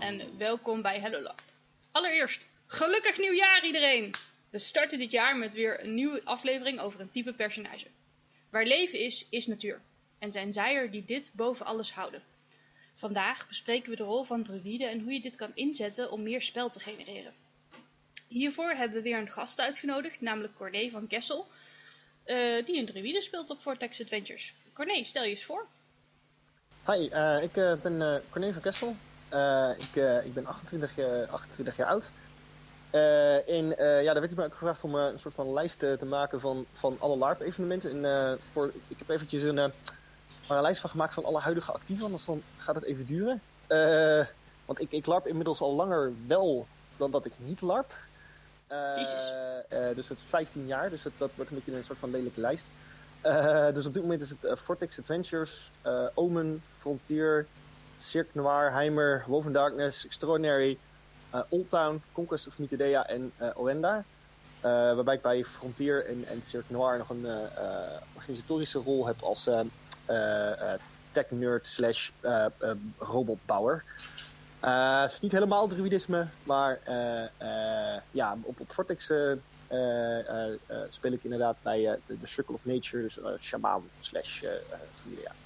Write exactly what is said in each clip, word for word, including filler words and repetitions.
en welkom bij Hello Larp. Allereerst, gelukkig nieuwjaar iedereen! We starten dit jaar met weer een nieuwe aflevering over een type personage. Waar leven is, is natuur. En zijn zij er die dit boven alles houden. Vandaag bespreken we de rol van druïden en hoe je dit kan inzetten om meer spel te genereren. Hiervoor hebben we weer een gast uitgenodigd, namelijk Corné van Kessel, uh, die een druïde speelt op Vortex Adventures. Corné, stel je eens voor. Hi, uh, ik uh, ben uh, Corné van Kessel. Uh, ik, uh, ik ben achtentwintig, uh, achtentwintig jaar oud. Uh, en uh, ja, daar werd ik me ook gevraagd om uh, een soort van lijst uh, te maken van, van alle LARP-evenementen. En uh, voor, ik heb eventjes een, uh, een lijst van gemaakt van alle huidige actieven, anders dan gaat het even duren. Uh, want ik, ik LARP inmiddels al langer wel dan dat ik niet LARP. Uh, uh, dus het is vijftien jaar, dus het, dat wordt een beetje een soort van lelijke lijst. Uh, dus op dit moment is het uh, Vortex Adventures, uh, Omen, Frontier, Cirque Noir, Heimer, Woven Darkness, Extraordinary, uh, Old Town, Conquest of Mythodea en uh, Orenda. Uh, waarbij ik bij Frontier en, en Cirque Noir nog een uh, uh, organisatorische rol heb als uh, uh, uh, tech-nerd slash uh, uh, robotbouwer. Uh, het is niet helemaal druïdisme, maar uh, uh, ja, op, op Vortex uh, uh, uh, uh, speel ik inderdaad bij uh, de, de Circle of Nature, dus uh, shaman slash uh, druïde, ja.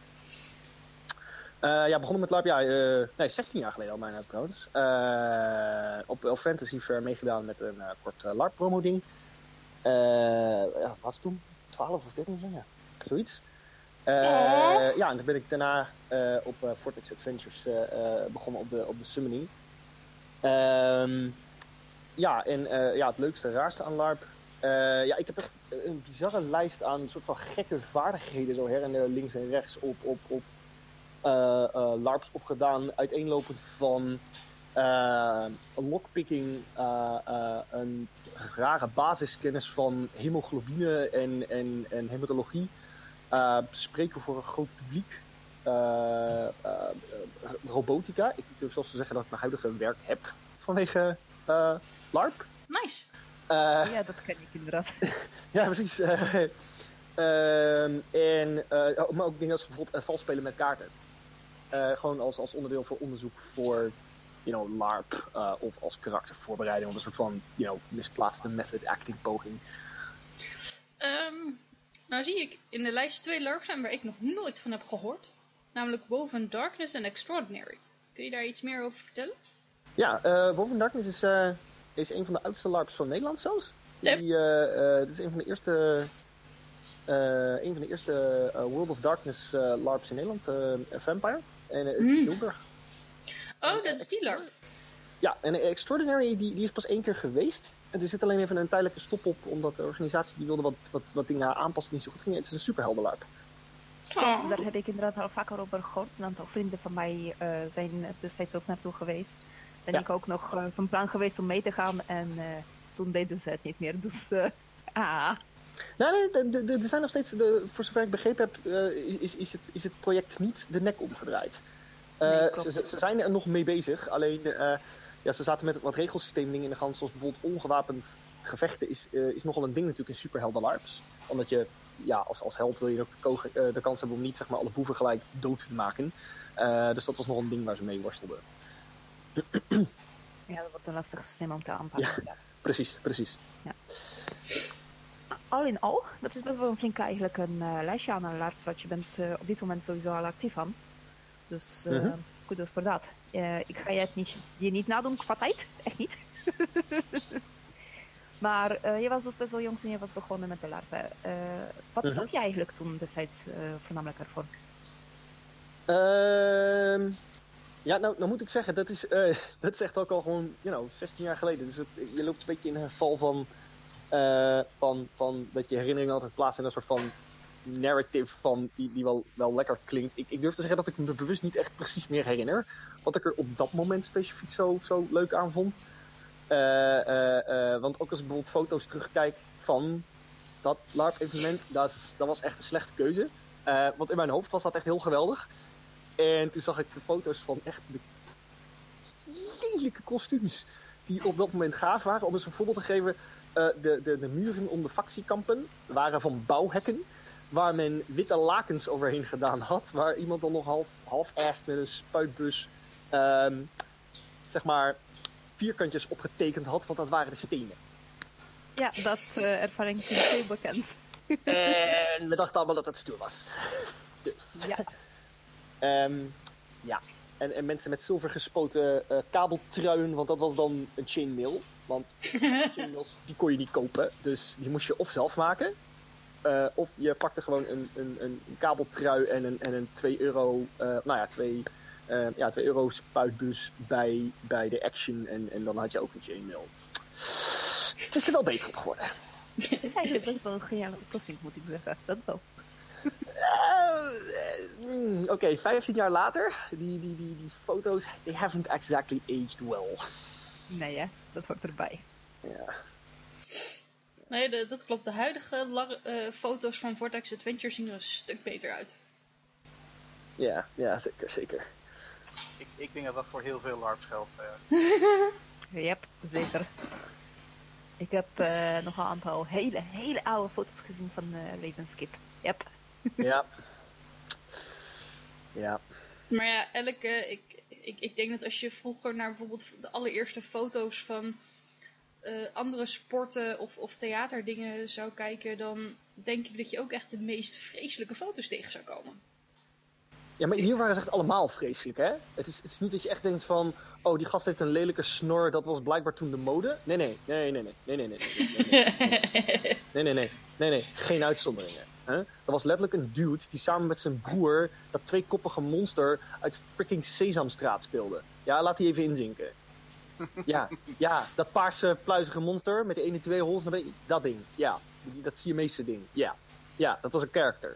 Uh, ja, begonnen met LARP, ja, uh, nee, zestien jaar geleden al bijna trouwens. Uh, op Elf Fantasy Fair meegedaan met een uh, kort uh, LARP promo ding. Uh, ja, wat was het toen? twaalf of dertien, ja, zoiets. Uh, ja. ja, en dan ben ik daarna uh, op uh, Vortex Adventures uh, uh, begonnen op de, op de summoning. Um, ja, en uh, ja, het leukste, raarste aan LARP. Uh, ja, ik heb echt een bizarre lijst aan een soort van gekke vaardigheden zo her en der links en rechts op, op, op uh, uh, LARPs opgedaan. Uiteenlopend van uh, lockpicking, uh, uh, een rare basiskennis van hemoglobine en, en, en hematologie. Uh, spreken voor een groot publiek. Uh, uh, uh, robotica. Ik durf zelfs te zeggen dat ik mijn huidige werk heb vanwege uh, LARP. Nice. Uh, ja, dat ken ik inderdaad. ja, precies. Uh, uh, en, uh, maar ook dingen als bijvoorbeeld uh, vals spelen met kaarten. Uh, gewoon als, als onderdeel voor onderzoek voor you know, LARP. Uh, of als karaktervoorbereiding. Of een soort van you know, misplaatste method acting poging. Um... Nou zie ik in de lijst twee LARPs zijn waar ik nog nooit van heb gehoord. Namelijk Woven Darkness en Extraordinary. Kun je daar iets meer over vertellen? Ja, uh, Woven Darkness is, uh, is een van de oudste LARPs van Nederland zelfs. Yep. Die, uh, uh, dit is een van de eerste, uh, een van de eerste uh, World of Darkness uh, LARPs in Nederland. Uh, Vampire. En uh, mm. Tilburg. Oh, dat uh, is die LARP. Ja, en uh, Extraordinary die, die is pas één keer geweest. En er zit alleen even een tijdelijke stop op, omdat de organisatie die wilde wat, wat, wat dingen aanpassen die niet zo goed gingen. Het is een superhelden LARP. Oh. Daar heb ik inderdaad al vaker over gehoord. Een aantal vrienden van mij uh, zijn destijds ook naartoe geweest. Ben ja. ik ook nog uh, van plan geweest om mee te gaan en uh, toen deden ze het niet meer. Dus, uh, ah. Nou, nee, er zijn nog steeds, de, voor zover ik begrepen heb, uh, is, is, het, is het project niet de nek omgedraaid. Uh, nee, ze, ze zijn er nog mee bezig, alleen... Uh, Ja, ze zaten met wat regelsysteemdingen in de hand, zoals bijvoorbeeld ongewapend gevechten is, uh, is nogal een ding natuurlijk in superhelden LARPs. Omdat je, ja, als, als held wil je ook de, uh, de kans hebben om niet, zeg maar, alle boeven gelijk dood te maken. Uh, dus dat was nog een ding waar ze mee worstelden. Ja, dat wordt een lastig systeem om te aanpakken. Ja, precies, precies. Ja. Al in al, dat is best wel een flink eigenlijk een uh, lijstje aan LARPs, wat je bent uh, op dit moment sowieso al actief aan. Dus... Uh, mm-hmm. Kudos voor dat. Uh, ik ga je het niet, je niet nadoen qua tijd. Echt niet. maar uh, je was dus best wel jong toen je was begonnen met de LARPen. Uh, wat uh-huh. zag je eigenlijk toen destijds uh, voornamelijk ervoor? Uh, ja, nou, nou moet ik zeggen, dat is, uh, dat is echt ook al gewoon, you know, zestien jaar geleden. Dus het, je loopt een beetje in een val van, uh, van, van dat je herinneringen altijd plaatsen in een soort van narrative van die, die wel, wel lekker klinkt. Ik, ik durf te zeggen dat ik me bewust niet echt precies meer herinner wat ik er op dat moment specifiek zo, zo leuk aan vond. Uh, uh, uh, want ook als ik bijvoorbeeld foto's terugkijk van dat LARP-evenement, dat, dat was echt een slechte keuze. Uh, want in mijn hoofd was dat echt heel geweldig. En toen zag ik de foto's van echt de lelijke kostuums die op dat moment gaaf waren. Om eens een voorbeeld te geven, uh, de, de, de muren om de factiekampen waren van bouwhekken. Waar men witte lakens overheen gedaan had. Waar iemand dan nog half, half-assed met een spuitbus um, zeg maar, vierkantjes opgetekend had, want dat waren de stenen. Ja, dat uh, ervaring is heel bekend. En we dachten allemaal dat het stoer was. Dus. Ja. um, ja. En, en mensen met zilver gespoten uh, kabeltruien, want dat was dan een chainmail. Want chainmails, die kon je niet kopen, dus die moest je of zelf maken. Uh, of je pakte gewoon een, een, een kabeltrui en een, en een twee euro, uh, nou ja, twee, uh, ja, twee euro spuitbus bij, bij de Action en, en dan had je ook een chainmail. Het is er wel beter op geworden. Het is eigenlijk best wel een geniale oplossing, moet ik zeggen. Dat wel. Uh, mm, Oké, okay, vijftien jaar later, die, die, die, die foto's, they haven't exactly aged well. Nee hè, dat hoort erbij. Ja. Nee, de, dat klopt. De huidige lar- uh, foto's van Vortex Adventure zien er een stuk beter uit. Ja, ja, zeker, zeker. Ik, ik denk dat dat voor heel veel LARPs geldt. Uh. Yep, zeker. Ik heb uh, nog een aantal hele, hele oude foto's gezien van uh, Ravenskip. Yep. Ja. Ja. Maar ja, elke, ik, ik, ik denk dat als je vroeger naar bijvoorbeeld de allereerste foto's van uh, andere sporten of, of theaterdingen zou kijken, dan denk ik dat je ook echt de meest vreselijke foto's tegen zou komen. Ja, maar hier waren ze echt allemaal vreselijk, hè? Het is, het is niet dat je echt denkt van, oh, die gast heeft een lelijke snor, dat was blijkbaar toen de mode. Nee, nee, nee, nee, nee, nee, nee, nee, nee, nee, nee, nee, nee, nee, geen uitzonderingen. Hè? Dat was letterlijk een dude die samen met zijn broer dat tweekoppige monster uit freaking Sesamstraat speelde. Ja, laat die even inzinken. Ja, ja, dat paarse pluizige monster met de ene twee holes, dat ding, ja, dat Siamese ding, ja. Ja, dat was een character.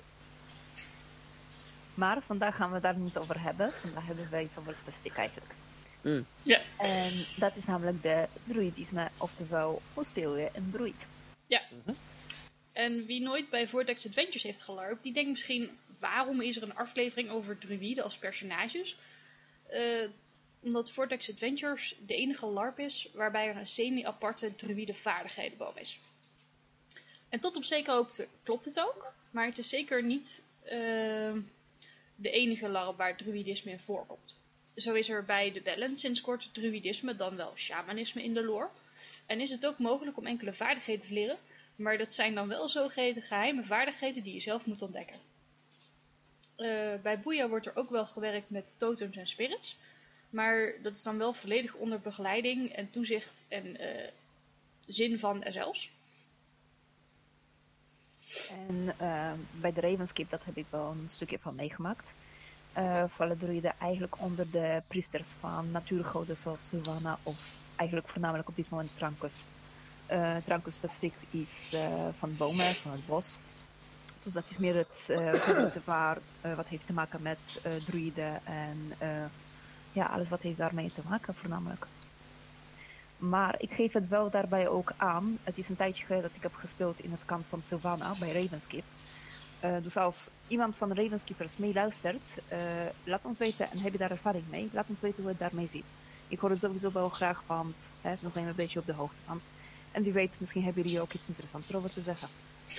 Maar vandaag gaan we daar niet over hebben. Vandaag hebben wij iets over specifiek eigenlijk. Mm. Ja. En dat is namelijk de druidisme, oftewel hoe speel je een druid? Ja. Mm-hmm. En wie nooit bij Vortex Adventures heeft gelarpt, die denkt misschien, waarom is er een aflevering over druiden als personages? Uh, omdat Vortex Adventures de enige larp is waarbij er een semi-aparte druïde vaardighedenboom is. En tot op zekere hoogte klopt het ook, maar het is zeker niet Uh, de enige larp waar druïdisme in voorkomt. Zo is er bij de Bellen sinds kort druïdisme, dan wel shamanisme in de lore. En is het ook mogelijk om enkele vaardigheden te leren, maar dat zijn dan wel zogeheten geheime vaardigheden die je zelf moet ontdekken. Uh, bij Boeia wordt er ook wel gewerkt met totems en spirits, maar dat is dan wel volledig onder begeleiding en toezicht en uh, zin van S L's. En uh, bij de Ravenskip, dat heb ik wel een stukje van meegemaakt, uh, vallen druiden eigenlijk onder de priesters van natuurgoden zoals Sylvana of eigenlijk voornamelijk op dit moment Trancus. Uh, Trancus specifiek is uh, van bomen, van het bos. Dus dat is meer het uh, gebied waar uh, wat heeft te maken met uh, druiden en uh, ja, alles wat heeft daarmee te maken voornamelijk. Maar ik geef het wel daarbij ook aan. Het is een tijdje geleden dat ik heb gespeeld in het kamp van Sylvana bij Ravenskip. Uh, dus als iemand van de Ravenskippers meeluistert, uh, laat ons weten, en heb je daar ervaring mee, laat ons weten hoe het daarmee zit. Ik hoor het sowieso wel graag, want hè, dan zijn we een beetje op de hoogte van. En wie weet, misschien hebben jullie ook iets interessants erover te zeggen.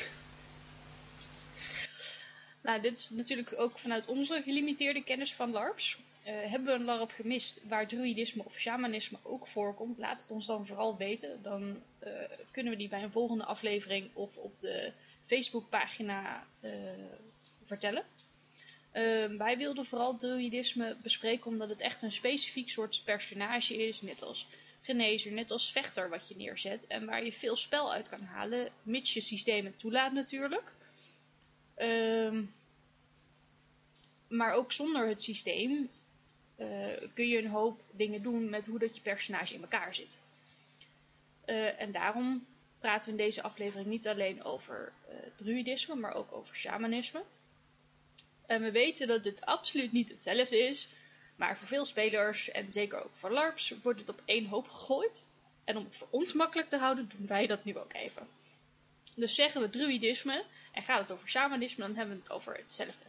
Nou, dit is natuurlijk ook vanuit onze gelimiteerde kennis van LARPs. Uh, hebben we een LARP gemist waar druïdisme of shamanisme ook voorkomt, laat het ons dan vooral weten. Dan uh, kunnen we die bij een volgende aflevering of op de Facebookpagina uh, vertellen. Uh, wij wilden vooral druïdisme bespreken omdat het echt een specifiek soort personage is, net als genezer, net als vechter wat je neerzet. En waar je veel spel uit kan halen, mits je systeem het toelaat natuurlijk. Uh, maar ook zonder het systeem uh, kun je een hoop dingen doen met hoe dat je personage in elkaar zit. Uh, en daarom praten we in deze aflevering niet alleen over uh, druïdisme, maar ook over shamanisme. En we weten dat dit absoluut niet hetzelfde is, maar voor veel spelers, en zeker ook voor LARPs, wordt het op één hoop gegooid. En om het voor ons makkelijk te houden, doen wij dat nu ook even. Dus zeggen we druïdisme en gaat het over shamanisme, dan hebben we het over hetzelfde.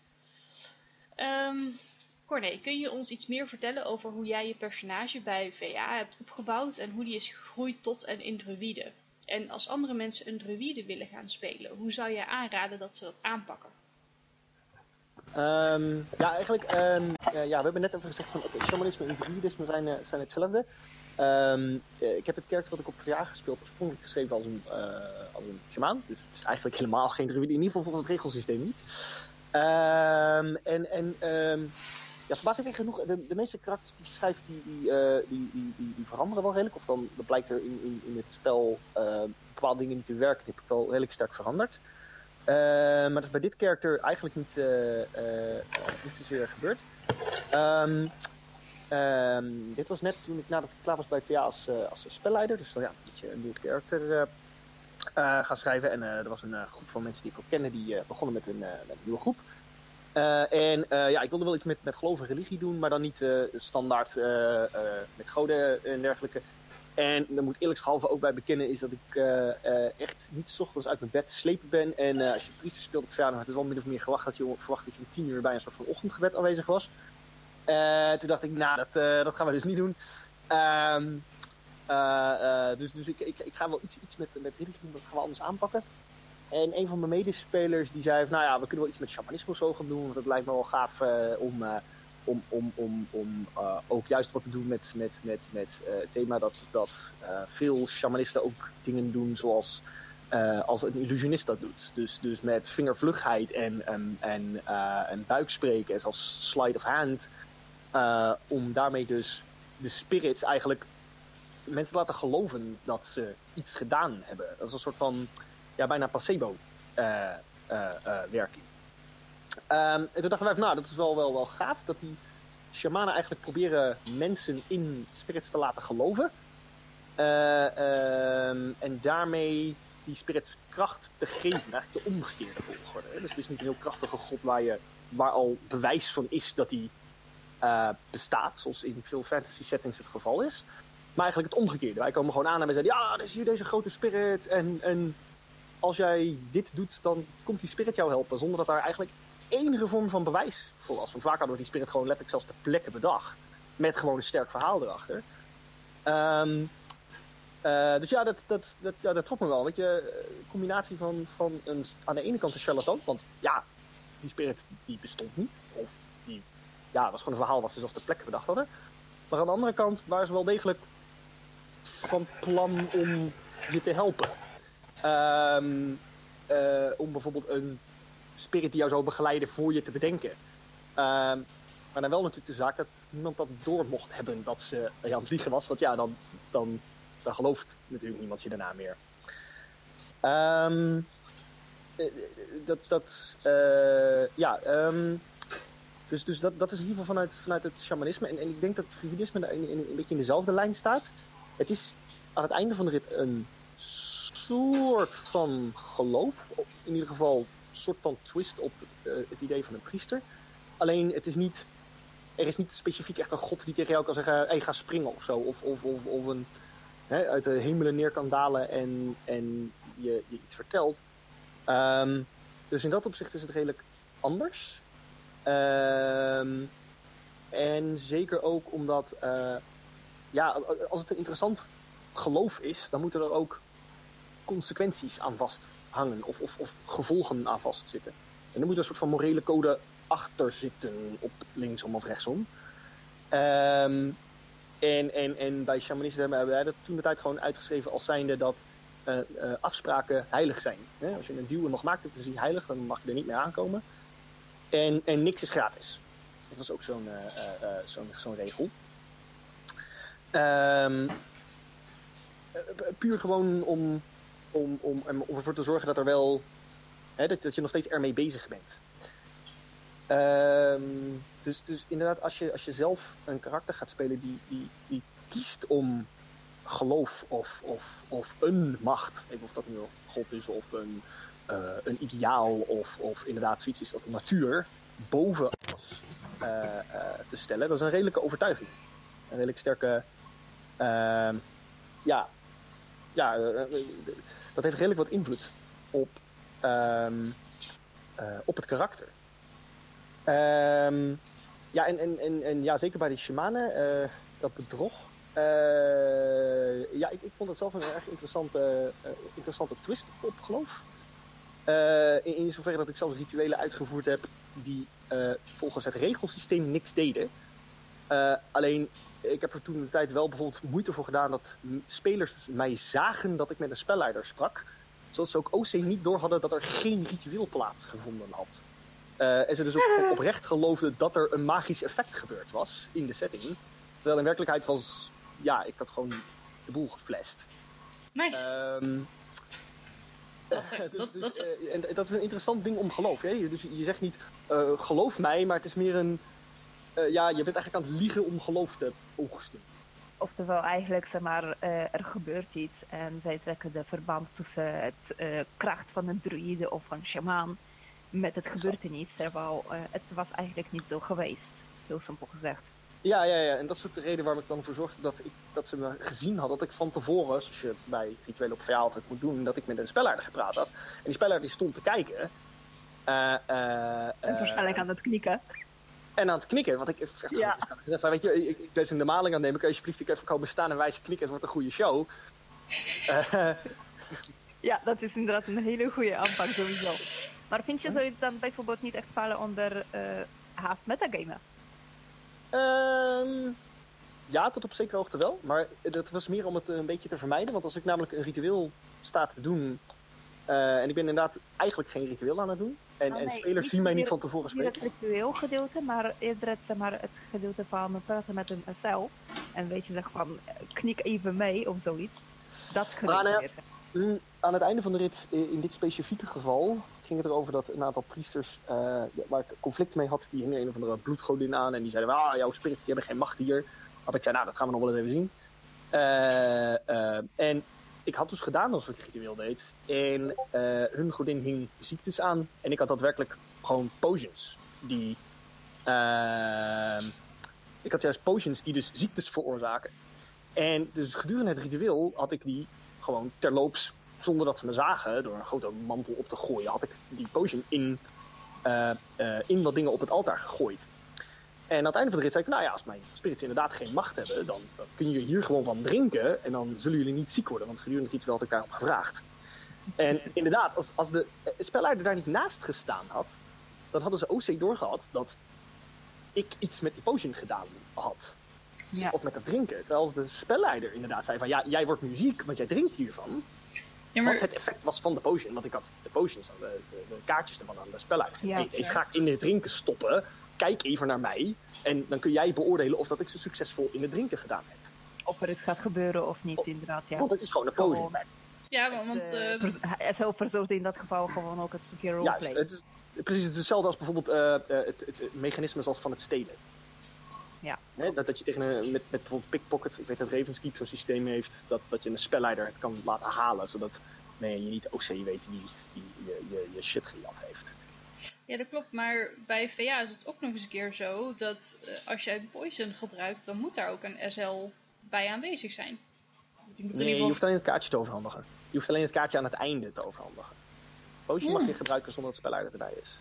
Um, Corné, kun je ons iets meer vertellen over hoe jij je personage bij V A hebt opgebouwd en hoe die is gegroeid tot een in druïde? En als andere mensen een druïde willen gaan spelen, hoe zou je aanraden dat ze dat aanpakken? Um, ja, eigenlijk, um, uh, ja, we hebben net even gezegd van okay, shamanisme en druidisme zijn, uh, zijn hetzelfde. Um, uh, ik heb het karakter wat ik op Verjaar gespeeld oorspronkelijk geschreven als een, uh, als een shamaan. Dus het is eigenlijk helemaal geen druide, in ieder geval volgens het regelsysteem niet. Um, en en um, ja, verbazingwekkend genoeg, de, de meeste karakters die ik schrijf, die, die, uh, die, die, die, die veranderen wel redelijk. Of dan, dan blijkt er in, in, in het spel uh, bepaalde dingen niet te werken. Die heb ik wel redelijk sterk veranderd. Uh, maar dat is bij dit karakter eigenlijk niet, uh, uh, niet zozeer gebeurd. Um, um, dit was net toen ik nadat ik klaar was bij het V A als, uh, als spelleider. Dus dan ja, een beetje een nieuw karakter uh, uh, gaan schrijven. En uh, er was een uh, groep van mensen die ik ook kende, die uh, begonnen met een, uh, met een nieuwe groep. Uh, en uh, ja, ik wilde wel iets met, met geloof en religie doen, maar dan niet uh, standaard uh, uh, met goden en dergelijke. En daar moet eerlijkshalve ook bij bekennen is dat ik uh, uh, echt niet 's ochtends uit mijn bed te slepen ben. En uh, als je priester speelt op verjaardag, had het wel min of meer gewacht dat je verwacht dat je om tien uur bij een soort van ochtendgebed aanwezig was. Uh, toen dacht ik, nou, dat, uh, dat gaan we dus niet doen. Um, uh, uh, dus dus ik, ik, ik ga wel iets, iets met, met religie doen, dat gaan we anders aanpakken. En een van mijn medespelers die zei van, nou ja, we kunnen wel iets met shamanisme zo gaan doen, want dat lijkt me wel gaaf uh, om... Uh, Om, om, om, om uh, ook juist wat te doen met, met, met, met uh, het thema dat, dat uh, veel shamanisten ook dingen doen zoals uh, als een illusionist dat doet. Dus, dus met vingervlugheid en, en, en, uh, en buikspreken, zoals sleight of hand. Uh, om daarmee dus de spirits eigenlijk mensen te laten geloven dat ze iets gedaan hebben. Dat is een soort van, ja, bijna placebo uh, uh, uh, werking. Um, en toen dachten wij van, nou, dat is wel, wel, wel gaaf, dat die shamanen eigenlijk proberen mensen in spirits te laten geloven. Uh, um, en daarmee die spirits kracht te geven, eigenlijk de omgekeerde volgorde. Dus het is niet een heel krachtige god waar, je, waar al bewijs van is dat hij uh, bestaat, zoals in veel fantasy settings het geval is. Maar eigenlijk het omgekeerde. Wij komen gewoon aan en wij zeggen, ja, er is hier deze grote spirit en, en als jij dit doet, dan komt die spirit jou helpen, zonder dat daar eigenlijk enige vorm van bewijs voor was. Want vaak hadden we die spirit gewoon letterlijk zelfs ter plekke bedacht. Met gewoon een sterk verhaal erachter. Um, uh, dus ja, dat, dat, dat, ja, dat trok me wel. Weet je, een combinatie van, van een, aan de ene kant een charlatan. Want ja, die spirit die bestond niet. Of die, ja, dat was gewoon een verhaal wat ze zelfs ter plekke bedacht hadden. Maar aan de andere kant waren ze wel degelijk van plan om je te helpen. Um, uh, om bijvoorbeeld een spirit die jou zou begeleiden voor je te bedenken. Uh, maar dan wel natuurlijk de zaak dat niemand dat door mocht hebben dat ze ja, aan het liegen was. Want ja, dan, dan, dan gelooft natuurlijk niemand je daarna meer. Um, dat, dat, uh, ja, um, dus, dus dat, dat is in ieder geval vanuit, vanuit het shamanisme. En, en ik denk dat het druidisme in, in, een beetje in dezelfde lijn staat. Het is aan het einde van de rit een soort van geloof. In ieder geval een soort van twist op uh, het idee van een priester. Alleen het is niet, er is niet specifiek echt een god die tegen jou kan zeggen, hey, ga springen of zo. Of, of, of, of een hè, uit de hemelen neer kan dalen en, en je, je iets vertelt. Um, dus in dat opzicht is het redelijk anders. Um, en zeker ook omdat, uh, ja, als het een interessant geloof is, dan moeten er ook consequenties aan vasthangen of, of, of gevolgen aan vastzitten. En dan moet er een soort van morele code achter zitten, op linksom of rechtsom. Um, en, en, en bij shamanisten hebben wij dat toen de tijd gewoon uitgeschreven als zijnde dat uh, uh, afspraken heilig zijn. Hè? Als je een deal nog maakt, dan is die heilig, dan mag je er niet meer aankomen. En, en niks is gratis. Dat was ook zo'n, uh, uh, zo'n, zo'n regel. Um, puur gewoon om, om, om, om ervoor te zorgen dat er wel, hè, dat, dat je nog steeds ermee bezig bent. Um, dus, dus inderdaad, als je, als je zelf een karakter gaat spelen die, die, die kiest om geloof of, of, of een macht, even of dat nu een god is of een, uh, een ideaal of, of inderdaad zoiets is als de natuur, boven alles uh, uh, te stellen, dat is een redelijke overtuiging. Een redelijk sterke, uh, ja, ja uh, dat heeft redelijk wat invloed op, um, uh, op het karakter. Um, ja, en, en, en, en ja, zeker bij die shamanen, uh, dat bedrog. Uh, ja, ik, ik vond het zelf een erg interessante, uh, interessante twist op geloof. Uh, in, in zoverre dat ik zelf rituelen uitgevoerd heb die uh, volgens het regelsysteem niks deden. Uh, alleen, ik heb er toen de tijd wel bijvoorbeeld moeite voor gedaan dat spelers mij zagen dat ik met een spelleider sprak. Zodat ze ook O C niet door hadden dat er geen ritueel plaatsgevonden had. Uh, en ze dus ook oprecht geloofden dat er een magisch effect gebeurd was in de setting. Terwijl in werkelijkheid was, ja, ik had gewoon de boel geflasht. Nice. Um, dat, uh, dus, dat, dus, dat, uh, en dat is een interessant ding om geloof. Hè? Dus je zegt niet, uh, geloof mij, maar het is meer een... Uh, ja, je bent eigenlijk aan het liegen om geloof te oogsten. Oftewel eigenlijk, zeg maar, uh, er gebeurt iets en zij trekken de verband tussen het uh, kracht van een druïde of een shamaan met het gebeurtenis, terwijl uh, het was eigenlijk niet zo geweest, heel simpel gezegd. Ja, ja, ja, en dat is ook de reden waarom ik dan voor zorgde dat, ik, dat ze me gezien had, dat ik van tevoren, zoals je bij rituelen op verjaardag het moet doen, dat ik met een spelleider gepraat had. En die spelleider die stond te kijken. Uh, uh, en waarschijnlijk uh, aan het knikken. En aan het knikken, want ik... Echt, ja. Gezegd, weet je, ik, ik ben in de maling aan het nemen, kan je alsjeblieft even komen staan en wijze knikken, het wordt een goede show. Uh, ja, dat is inderdaad een hele goede aanpak sowieso. Maar vind je zoiets dan bijvoorbeeld niet echt vallen onder uh, haast metagamen? Um, ja, tot op zekere hoogte wel. Maar dat was meer om het een beetje te vermijden. Want als ik namelijk een ritueel sta te doen... Uh, en ik ben inderdaad eigenlijk geen ritueel aan het doen. En, oh, en nee, spelers zien mij niet van tevoren spreken. Niet het ritueel gedeelte, maar eerder het, zeg maar, het gedeelte van praten met een S L. En weet je, zeg van, knik even mee of zoiets. Dat gedeelte ah, nou ja. weer. Aan het einde van de rit, in dit specifieke geval... ging het erover dat een aantal priesters uh, waar ik conflict mee had, die hingen een of andere bloedgodin aan en die zeiden, ah, jouw spirits die hebben geen macht hier. Had ik zei, nou, dat gaan we nog wel eens even zien. Uh, uh, en ik had dus gedaan alsof ik ritueel deed. En uh, hun godin hing ziektes aan en ik had daadwerkelijk gewoon potions die... Uh, ik had juist potions die dus ziektes veroorzaken. En dus gedurende het ritueel had ik die gewoon terloops, zonder dat ze me zagen, door een grote mantel op te gooien, had ik die potion in, uh, uh, in wat dingen op het altaar gegooid. En aan het einde van de rit zei ik, nou ja, als mijn spirits inderdaad geen macht hebben, dan, dan kun je hier gewoon van drinken en dan zullen jullie niet ziek worden, want gedurende het ritueel had ik daarop gevraagd. En inderdaad, als, als de spelleider daar niet naast gestaan had, dan hadden ze O C doorgehad dat ik iets met die potion gedaan had. Ja. Of met het drinken. Terwijl als de spelleider inderdaad zei van, ja, jij wordt nu ziek, want jij drinkt hiervan. Ja, maar... Want het effect was van de potion, want ik had de potions, de, de, de kaartjes ervan aan de spelleider. Ja, hey, deze ga ik in het drinken stoppen, kijk even naar mij en dan kun jij beoordelen of dat ik ze succesvol in het drinken gedaan heb. Of er iets gaat gebeuren of niet, of, inderdaad. Ja. Want het is gewoon een potion. Gewoon, ja, want... want uh... Hij zelf verzorgde in dat geval gewoon ook het stukje roleplay. Ja, het is precies hetzelfde als bijvoorbeeld uh, het, het, het mechanisme zoals van het stelen. Ja. Nee, dat, dat je tegen een, met, met bijvoorbeeld Pickpocket, ik weet dat Ravenskeep zo'n systeem heeft, dat, dat je een spelleider het kan laten halen, zodat nee, je niet O C weet wie, wie je, je, je shit gejat heeft. Ja, dat klopt, maar bij V A is het ook nog eens een keer zo dat uh, als jij Poison gebruikt, dan moet daar ook een S L bij aanwezig zijn. Je, moet nee, geval... je hoeft alleen het kaartje te overhandigen. Je hoeft alleen het kaartje aan het einde te overhandigen. Potion hmm. mag je gebruiken zonder dat de spelleider erbij is.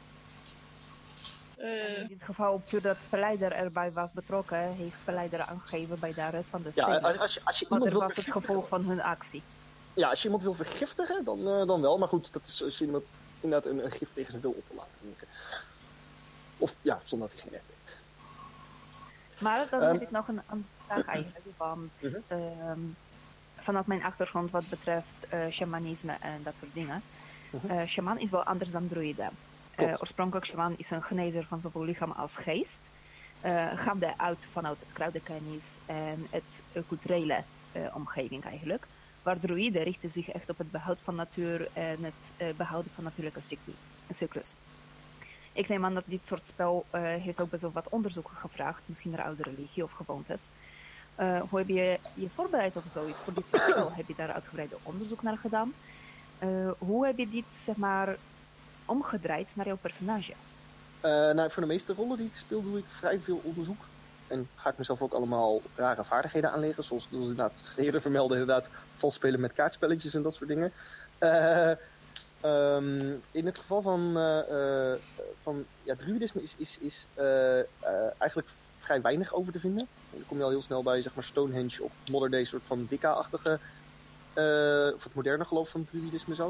Uh, in dit geval, puur dat spelleider erbij was betrokken, heeft spelleider aangegeven bij de rest van de spelers. Ja, als je, als je maar er was het gevolg van hun actie. Ja, als je iemand wil vergiftigen, dan, uh, dan wel. Maar goed, dat is als je iemand inderdaad een, een gif tegen zijn wil op te laten drinken. Of ja, zonder dat hij geen effect heeft. Maar dan um, heb ik nog een, een vraag eigenlijk. Want uh-huh. um, vanuit mijn achtergrond wat betreft uh, shamanisme en dat soort dingen. Uh-huh. Uh, shaman is wel anders dan druïde. Uh, oorspronkelijk shaman is een genezer van zowel lichaam als geest. Uh, gaande uit vanuit het kruidenkennis en het uh, culturele uh, omgeving eigenlijk. Waar druïden richten zich echt op het behoud van natuur en het uh, behouden van natuurlijke cyclus. Ik neem aan dat dit soort spel uh, heeft ook best wel wat onderzoeken gevraagd, misschien naar oude religie of gewoontes. Uh, hoe heb je je voorbereid op zoiets voor dit soort spel? Heb je daar uitgebreid onderzoek naar gedaan? Uh, hoe heb je dit, zeg maar, omgedraaid naar jouw personage? Uh, nou, voor de meeste rollen die ik speel doe ik vrij veel onderzoek. En ga ik mezelf ook allemaal rare vaardigheden aanleren. Zoals, zoals inderdaad eerder vermelden, inderdaad vals spelen met kaartspelletjes en dat soort dingen. Uh, um, in het geval van, uh, uh, van ja, druidisme is, is, is uh, uh, eigenlijk vrij weinig over te vinden. Dan kom je al heel snel bij, zeg maar, Stonehenge of modern day soort van Wicca-achtige, uh, of het moderne geloof van druidisme zelfs.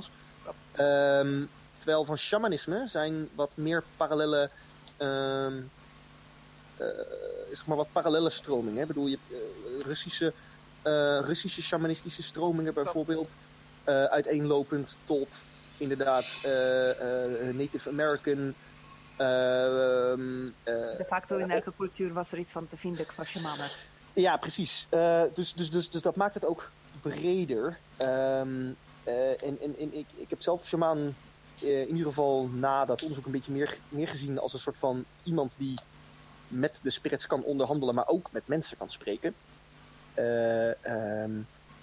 Um, terwijl van shamanisme zijn wat meer parallele, um, uh, zeg maar wat parallele stromingen. Ik bedoel, je hebt uh, Russische, uh, Russische shamanistische stromingen bijvoorbeeld, uh, uiteenlopend tot inderdaad uh, uh, Native American. Uh, um, uh, De facto in elke cultuur was er iets van te vinden qua shamanen. Ja, precies. Uh, dus, dus, dus, dus dat maakt het ook breder. Um, uh, en en, en ik, ik heb zelf shamaan uh, in ieder geval na dat onderzoek een beetje meer, meer gezien als een soort van iemand die met de spirits kan onderhandelen, maar ook met mensen kan spreken. Uh, um,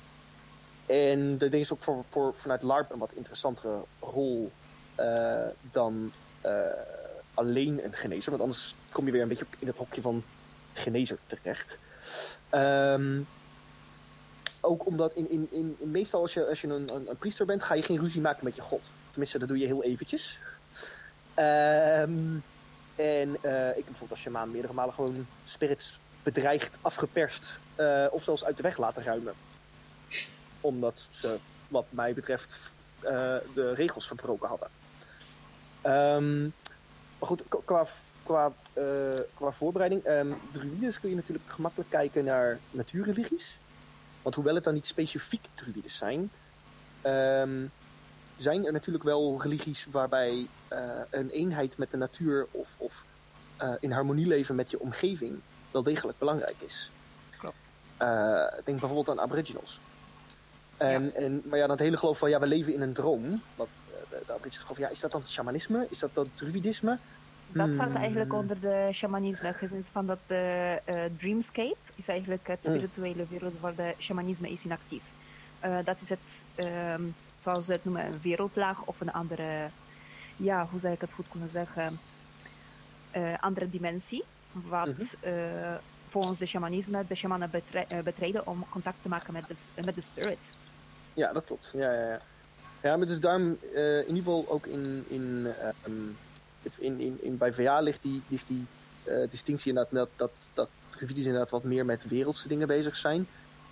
en dat is ook voor, voor, vanuit LARP een wat interessantere rol uh, dan uh, alleen een genezer. Want anders kom je weer een beetje in het hokje van genezer terecht. Um, ook omdat in, in, in, in meestal als je, als je een, een, een priester bent, ga je geen ruzie maken met je god. Tenminste, dat doe je heel eventjes. Um, en uh, ik heb bijvoorbeeld als shamaan meerdere malen gewoon spirits bedreigd, afgeperst uh, of zelfs uit de weg laten ruimen. Omdat ze, wat mij betreft, uh, de regels verbroken hadden. Um, maar goed, qua, qua, uh, qua voorbereiding. Um, druides kun je natuurlijk gemakkelijk kijken naar natuurreligies. Want hoewel het dan niet specifiek druides zijn, um, zijn er natuurlijk wel religies waarbij uh, een eenheid met de natuur of, of uh, in harmonie leven met je omgeving wel degelijk belangrijk is. Klopt. Uh, denk bijvoorbeeld aan aboriginals. En, Ja. en, maar ja, dat hele geloof van ja, we leven in een droom. Wat, de, de aboriginals geloven, ja, is dat dan shamanisme? Is dat dan druidisme? Dat Hmm. valt eigenlijk onder de shamanisme. Gezien van dat de uh, dreamscape is eigenlijk het spirituele wereld waar de shamanisme is inactief. Uh, dat is het, um, zoals ze het noemen, een wereldlaag of een andere, ja, hoe zou ik het goed kunnen zeggen, uh, andere dimensie. Wat mm-hmm. uh, volgens de shamanisme de shamanen betre- uh, betreden om contact te maken met de, met de spirits. Ja, dat klopt. Ja, ja, ja. Ja, maar dus daarom uh, in ieder geval ook in, in, uh, um, in, in, in bij V A ligt die, ligt die uh, distinctie inderdaad dat, dat, dat gebieden inderdaad wat meer met wereldse dingen bezig zijn.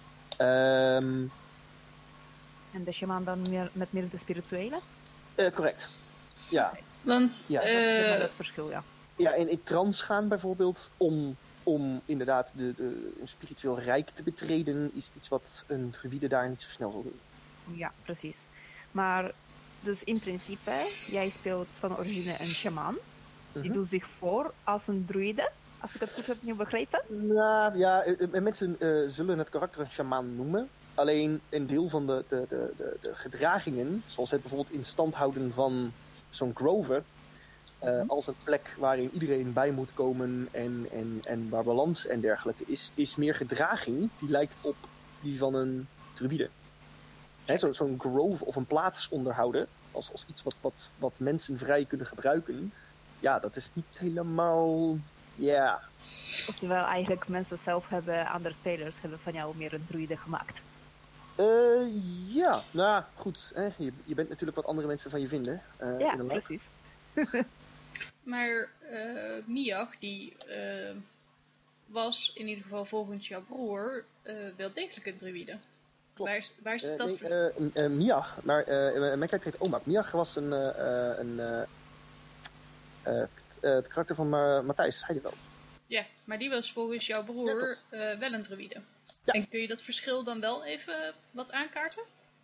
Um, en de shaman dan meer, met meer de spirituele? Uh, correct. Ja. Okay. Want ja. Dat is uh, het verschil, ja. Ja, en in trance gaan bijvoorbeeld om, om inderdaad de, de, een spiritueel rijk te betreden is iets wat een druïde daar niet zo snel zal doen. Ja, precies. Maar dus in principe, jij speelt van origine een shaman. Die mm-hmm. doet zich voor als een druïde, als ik het goed heb nu begrepen. Nou ja, uh, mensen uh, zullen het karakter een shaman noemen. Alleen een deel van de, de, de, de, de gedragingen, zoals het bijvoorbeeld in stand houden van zo'n grover, uh, mm-hmm. als een plek waarin iedereen bij moet komen en, en, en waar balans en dergelijke is, is meer gedraging die lijkt op die van een druïde. Hè, zo, zo'n grove of een plaats onderhouden, als, als iets wat, wat, wat mensen vrij kunnen gebruiken, ja, dat is niet helemaal, ja. Yeah. Terwijl eigenlijk mensen zelf hebben, andere spelers hebben van jou meer een druïde gemaakt. Uh, ja, nou goed, hè, je, je bent natuurlijk wat andere mensen van je vinden. Uh, ja, precies. Maar uh, Miach, die uh, was in ieder geval volgens jouw broer uh, wel degelijk een druïde. Klopt. Waar is, waar is uh, dat nee, voor? Uh, uh, Miach, maar uh, mijn karakter heet Omak. Miach was een, uh, een uh, uh, uh, het karakter van uh, Matthijs Heideveld. Ja, maar die was volgens jouw broer ja, uh, wel een druïde. Ja. En kun je dat verschil dan wel even wat aankaarten?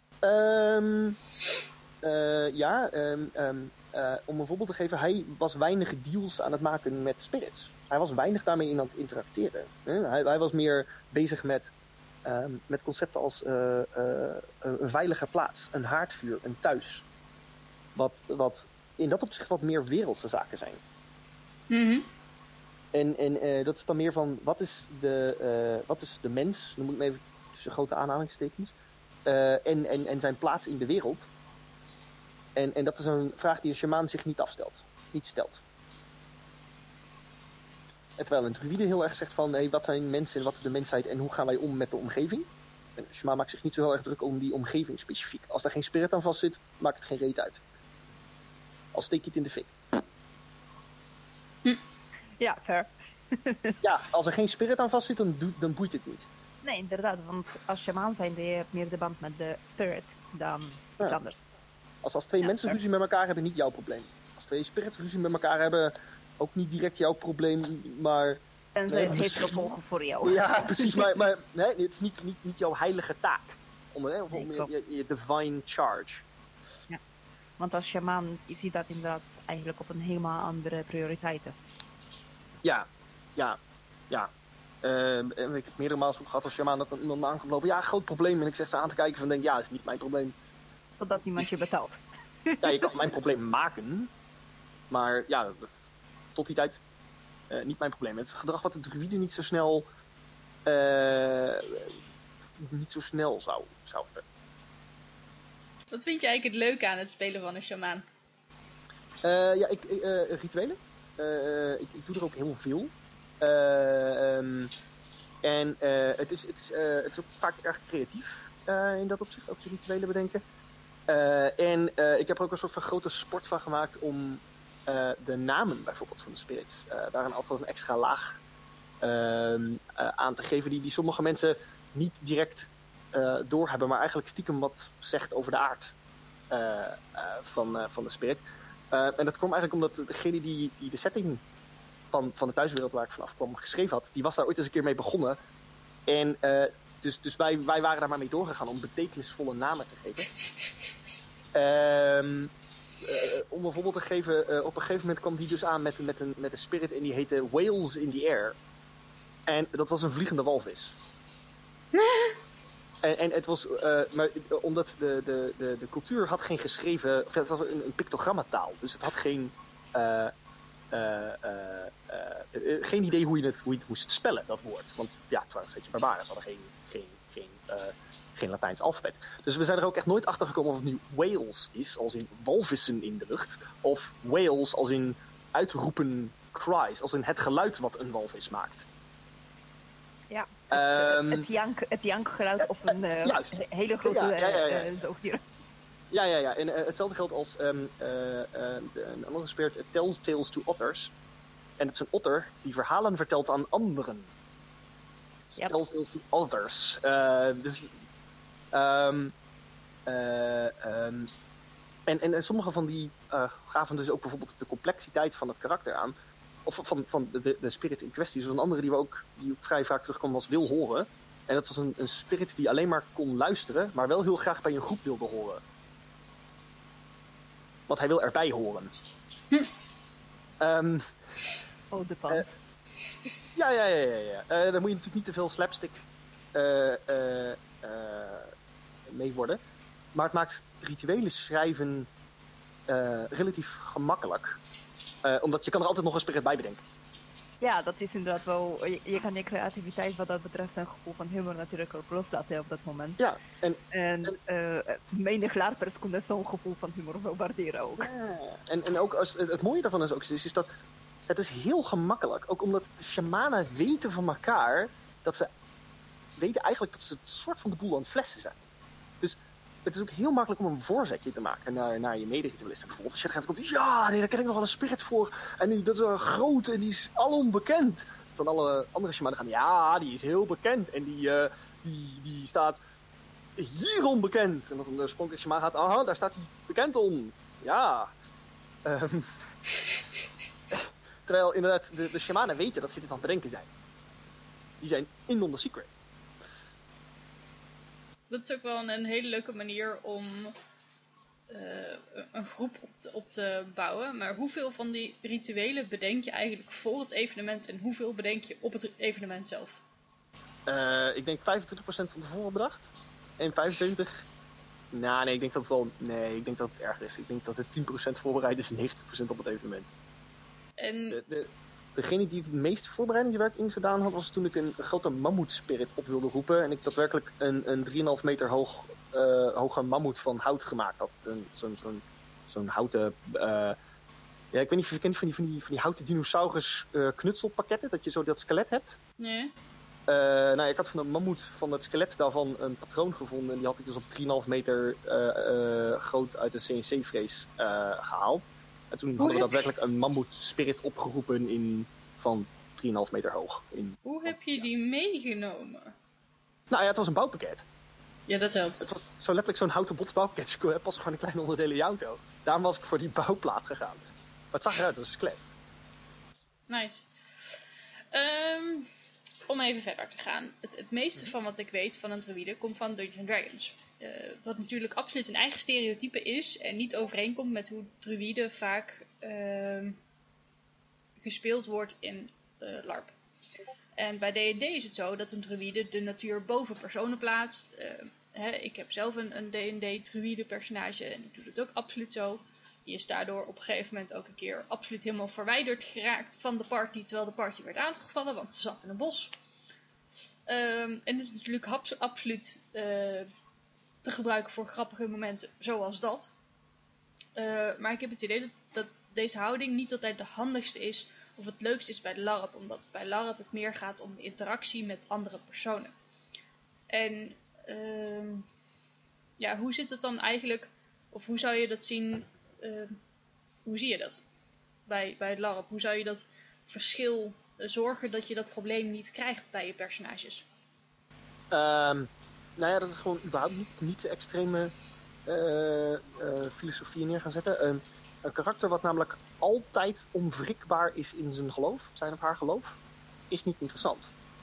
Um, uh, ja, um, um, uh, om een voorbeeld te geven, hij was weinig deals aan het maken met spirits. Hij was weinig daarmee in aan het interacteren. Hè? Hij, hij was meer bezig met, um, met concepten als uh, uh, een veilige plaats, een haardvuur, een thuis. Wat, wat in dat opzicht wat meer wereldse zaken zijn. Mm-hmm. En, en uh, dat is dan meer van, wat is de, uh, wat is de mens, dan moet ik me even tussen grote aanhalingstekens, uh, en, en, en zijn plaats in de wereld. En, en dat is een vraag die een shamaan zich niet afstelt, niet stelt. En terwijl een druïde heel erg zegt van, hey, wat zijn mensen en wat is de mensheid en hoe gaan wij om met de omgeving? En een shamaan maakt zich niet zo heel erg druk om die omgeving specifiek. Als daar geen spirit aan vast zit, maakt het geen reet uit. Al steek je het in de fik. Hm. Ja, fair. Ja, als er geen spirit aan vast zit, dan, do- dan boeit het niet. Nee, inderdaad, want als shamaan zijn, die heeft meer de band met de spirit dan iets ja. anders. Als, als twee Ja, mensen fair. ruzie met elkaar hebben, niet jouw probleem. Als twee spirits ruzie met elkaar hebben, ook niet direct jouw probleem, maar... En Nee, het heeft misschien- gevolgen voor jou. Ja, precies, maar, maar nee, het is niet, niet, niet jouw heilige taak. Om, hè, om Nee, je, klopt. je, je divine charge. Want als shamaan zie je dat inderdaad eigenlijk op een helemaal andere prioriteiten. Ja, ja, ja. Uh, en ik heb meerdere malen zo gehad als shamaan dat iemand aankomt lopen. Ja, groot probleem. En ik zeg ze aan te kijken van denk, ja, dat is niet mijn probleem. Totdat iemand je betaalt. Ja, je kan mijn probleem maken. Maar ja, tot die tijd uh, niet mijn probleem. Het is gedrag wat de druïden niet zo snel... Uh, niet zo snel zou, zou hebben. Wat vind je eigenlijk het leuke aan het spelen van een shamaan? Uh, ja, ik, uh, rituelen. Uh, ik, ik doe er ook heel veel. Uh, um, en uh, het, is, het, is, uh, het is ook vaak erg creatief uh, in dat opzicht, ook de rituelen bedenken. Uh, en uh, ik heb er ook een soort van grote sport van gemaakt om uh, de namen bijvoorbeeld van de spirits uh, daar altijd een extra laag uh, uh, aan te geven die, die sommige mensen niet direct uh, doorhebben, maar eigenlijk stiekem wat zegt over de aard uh, uh, van, uh, van de spirit. Uh, en dat kwam eigenlijk omdat degene die, die de setting van, van de thuiswereld waar ik vanaf kwam geschreven had, die was daar ooit eens een keer mee begonnen. En uh, dus, dus wij, wij waren daar maar mee doorgegaan om betekenisvolle namen te geven. Um, uh, om een voorbeeld te geven, uh, op een gegeven moment kwam die dus aan met, met, een, met een spirit en die heette Whales in the Air. En dat was een vliegende walvis. En, en het was, uh, maar omdat de, de, de, de cultuur had geen geschreven, of het was een, een pictogrammataal, dus het had geen, uh, uh, uh, uh, uh, geen idee hoe je, het, hoe je het moest spellen, dat woord. Want ja, het waren een beetje barbaren, ze hadden geen, geen, geen, uh, geen Latijns alfabet. Dus we zijn er ook echt nooit achter gekomen of het nu whales is, als in walvissen in de lucht, of whales als in uitroepen cries, als in het geluid wat een walvis maakt. Ja, het, Um, het, jank, het jankgeluid of een uh, juist. hele grote Ja, ja, ja, ja. Uh, zoogdier. Ja, ja, ja. En uh, hetzelfde geldt als um, uh, uh, een andere spirit, uh, tells tales to otters. En het is een otter die verhalen vertelt aan anderen. Yep. Tells tales to others. Uh, dus, um, uh, um, en, en, en sommige van die uh, gaven dus ook bijvoorbeeld de complexiteit van het karakter aan. Of van, van de, de spirit in kwestie. Dus een andere die we ook, die ook vrij vaak terugkwam was Wil Horen. En dat was een, een spirit die alleen maar kon luisteren, maar wel heel graag bij een groep wilde horen. Want hij wil erbij horen. Hm. Um, Oh, de pans. Uh, ja, ja, ja, ja. ja. Uh, daar moet je natuurlijk niet te veel slapstick uh, uh, uh, mee worden. Maar het maakt rituelen schrijven uh, relatief gemakkelijk. Uh, omdat je kan er altijd nog een spirit bij bedenken. Ja, dat is inderdaad wel... Je, je kan je creativiteit wat dat betreft en gevoel van humor natuurlijk ook loslaten op dat moment. Ja, en... En uh, menig larpers kunnen zo'n gevoel van humor wel waarderen ook. Ja, en, en ook als, het, het mooie daarvan is ook is, is dat het is heel gemakkelijk. Ook omdat de shamanen weten van elkaar dat ze weten eigenlijk dat ze het soort van de boel aan het flessen zijn. Dus het is ook heel makkelijk om een voorzetje te maken naar, naar je mede-ritualisten. Bijvoorbeeld als je gaat komt, ja, nee, daar ken ik nog wel een spirit voor. En die, dat is een grote en die is alom bekend. Dan alle andere shamanen gaan, ja, die is heel bekend. En die, uh, die, die staat hierom bekend. En dan de oorspronkelijke shaman gaat, aha, daar staat hij bekend om. Ja. Um, terwijl inderdaad de, de shamanen weten dat ze dit aan het bedenken zijn. Die zijn in on the secret. Dat is ook wel een, een hele leuke manier om uh, een groep op te, op te bouwen. Maar hoeveel van die rituelen bedenk je eigenlijk voor het evenement en hoeveel bedenk je op het evenement zelf? Uh, ik denk vijfentwintig procent van tevoren bedacht. En vijfentwintig procent... Nou, nee, ik denk dat het wel... Nee, ik denk dat het erg is. Ik denk dat het tien procent voorbereid is en negentig procent op het evenement. En... De, de, degene die het meest voorbereidingswerk in gedaan had, was toen ik een, een grote mammoetspirit op wilde roepen. En ik daadwerkelijk een, een drie komma vijf meter hoog, uh, hoge mammoet van hout gemaakt had. Zo'n zo'n zo'n houten... Uh, ja, ik weet niet of je kent van die, van die, van die houten dinosaurus uh, knutselpakketten, dat je zo dat skelet hebt. Nee. Uh, nou, ik had van de mammoet, van het skelet daarvan, een patroon gevonden. En die had ik dus op drie komma vijf meter uh, uh, groot uit een C N C-vrees uh, gehaald. En toen Hoe hadden we daadwerkelijk een mammoet-spirit opgeroepen in, van drie komma vijf meter hoog. In, Hoe heb je ja. die meegenomen? Nou ja, het was een bouwpakket. Ja, dat helpt. Het was zo letterlijk zo'n houten botsbouwpakket. Ik pas gewoon een klein onderdeel in je auto. Daarom was ik voor die bouwplaat gegaan. Maar het zag eruit als een skelet. Nice. Um, om even verder te gaan. Het, het meeste van wat ik weet van een druïde komt van Dungeons and Dragons. Uh, wat natuurlijk absoluut een eigen stereotype is. En niet overeenkomt met hoe druïde vaak uh, gespeeld wordt in uh, LARP. En bij D en D is het zo dat een druïde de natuur boven personen plaatst. Uh, hè, ik heb zelf een, een D en D druïde personage en ik doe dat ook absoluut zo. Die is daardoor op een gegeven moment ook een keer absoluut helemaal verwijderd geraakt van de party. Terwijl de party werd aangevallen, want ze zat in een bos. Um, en dit is natuurlijk hap, absoluut uh, te gebruiken voor grappige momenten zoals dat. Uh, maar ik heb het idee dat, dat deze houding niet altijd de handigste is of het leukste is bij de LARP. Omdat bij LARP het meer gaat om de interactie met andere personen. En uh, ja, hoe zit het dan eigenlijk, of hoe zou je dat zien, uh, hoe zie je dat bij, bij het LARP? Hoe zou je dat verschil uh, zorgen dat je dat probleem niet krijgt bij je personages? Um, nou ja, dat is gewoon überhaupt niet, niet de extreme uh, uh, filosofie neer gaan zetten. Um, een karakter wat namelijk altijd onwrikbaar is in zijn geloof, zijn of haar geloof, is niet interessant.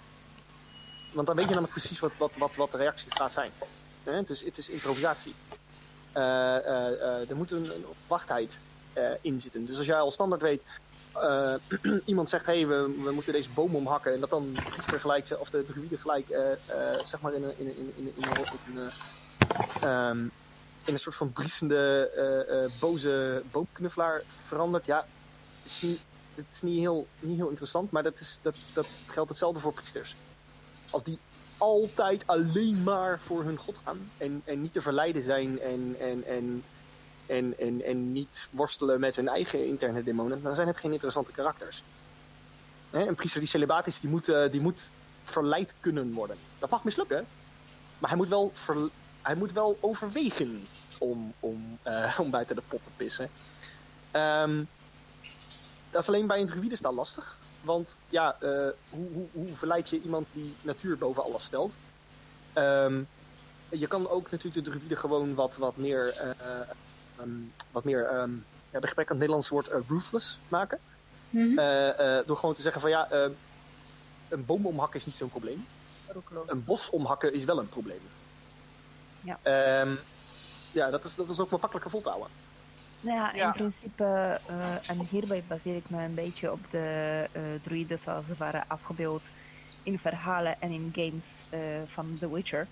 Want dan weet je namelijk precies wat, wat, wat, wat de reactie gaat zijn. He, dus het is improvisatie. Uh, uh, uh, er moet een, een wachtheid uh, in zitten. Dus als jij al standaard weet, uh, iemand zegt, hé, hey, we, we moeten deze boom omhakken, en dat dan de priester gelijk, of de druïde gelijk, uh, uh, zeg maar in een, in, in, in, in, in, in, uh, um, in een soort van briesende, uh, uh, boze boomknuffelaar verandert, ja, het is niet, het is niet, heel, niet heel interessant, maar dat, is, dat, dat geldt hetzelfde voor priesters. Als die altijd alleen maar voor hun god gaan en, en niet te verleiden zijn en, en, en, en, en, en niet worstelen met hun eigen interne demonen, dan zijn het geen interessante karakters. Hè? Een priester die celibaat is, die moet, uh, die moet verleid kunnen worden. Dat mag mislukken, maar hij moet wel, ver, hij moet wel overwegen om, om, uh, om buiten de pot te pissen. Um, dat is alleen bij een druïde dan lastig. Want ja, uh, hoe, hoe, hoe verleid je iemand die natuur boven alles stelt? Um, je kan ook natuurlijk de druïde gewoon wat, wat meer, uh, um, wat meer um, ja, de gebrek aan het Nederlandse woord uh, ruthless maken. Mm-hmm. uh, uh, door gewoon te zeggen van ja, uh, een boom omhakken is niet zo'n probleem. Een bos omhakken is wel een probleem. Ja, um, ja dat, is, dat is ook wel makkelijker vol te houden. Nou ja, in ja. principe, uh, en hierbij baseer ik me een beetje op de uh, druïden zoals ze waren afgebeeld in verhalen en in games uh, van The Witcher.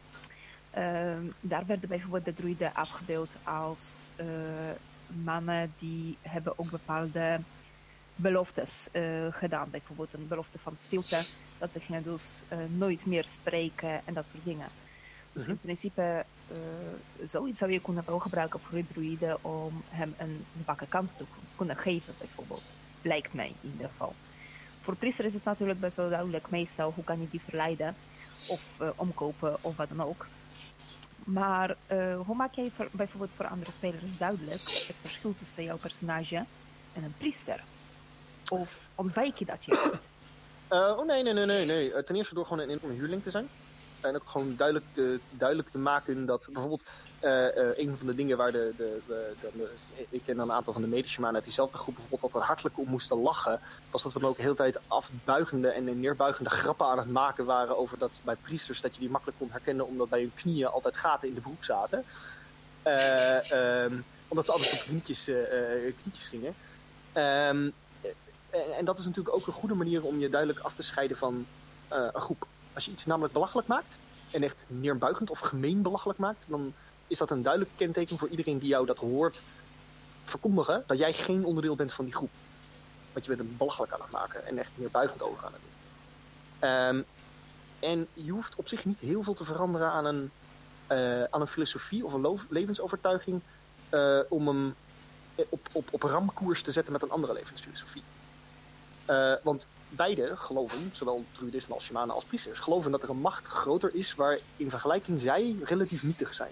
Uh, daar werden bijvoorbeeld de druïden afgebeeld als uh, mannen die hebben ook bepaalde beloftes uh, gedaan. Bijvoorbeeld een belofte van stilte, dat ze gingen dus uh, nooit meer spreken en dat soort dingen. Dus in principe, uh, zoiets zou je kunnen wel gebruiken voor de druïde om hem een zwakke kans te kunnen geven, bijvoorbeeld. Lijkt mij in ieder geval. Voor priester is het natuurlijk best wel duidelijk, meestal, hoe kan je die verleiden of uh, omkopen of wat dan ook. Maar uh, hoe maak jij voor, bijvoorbeeld voor andere spelers duidelijk het verschil tussen jouw personage en een priester? Of ontwijk je dat juist? Uh, oh nee, nee, nee, nee, nee. Ten eerste door gewoon een enorme huurling te zijn. En ook gewoon duidelijk te, duidelijk te maken dat bijvoorbeeld uh, uh, een van de dingen waar de, de, de, de, de ik ken een aantal van de medeshamanen uit diezelfde groep bijvoorbeeld altijd hartelijk om moesten lachen, was dat we dan ook de hele tijd afbuigende en neerbuigende grappen aan het maken waren over dat bij priesters dat je die makkelijk kon herkennen omdat bij hun knieën altijd gaten in de broek zaten. Uh, um, omdat ze altijd op knietjes, uh, knietjes gingen. Um, en, en dat is natuurlijk ook een goede manier om je duidelijk af te scheiden van uh, een groep. Als je iets namelijk belachelijk maakt, en echt neerbuigend of gemeen belachelijk maakt, dan is dat een duidelijk kenteken voor iedereen die jou dat hoort verkondigen, dat jij geen onderdeel bent van die groep. Want je bent een belachelijk aan het maken en echt neerbuigend over aan het doen. Um, en je hoeft op zich niet heel veel te veranderen aan een, uh, aan een filosofie of een lo- levensovertuiging uh, om hem op, op, op ramkoers te zetten met een andere levensfilosofie. Uh, want beide geloven, zowel druïdisten als shamanen als priesters, geloven dat er een macht groter is waar in vergelijking zij relatief nietig zijn.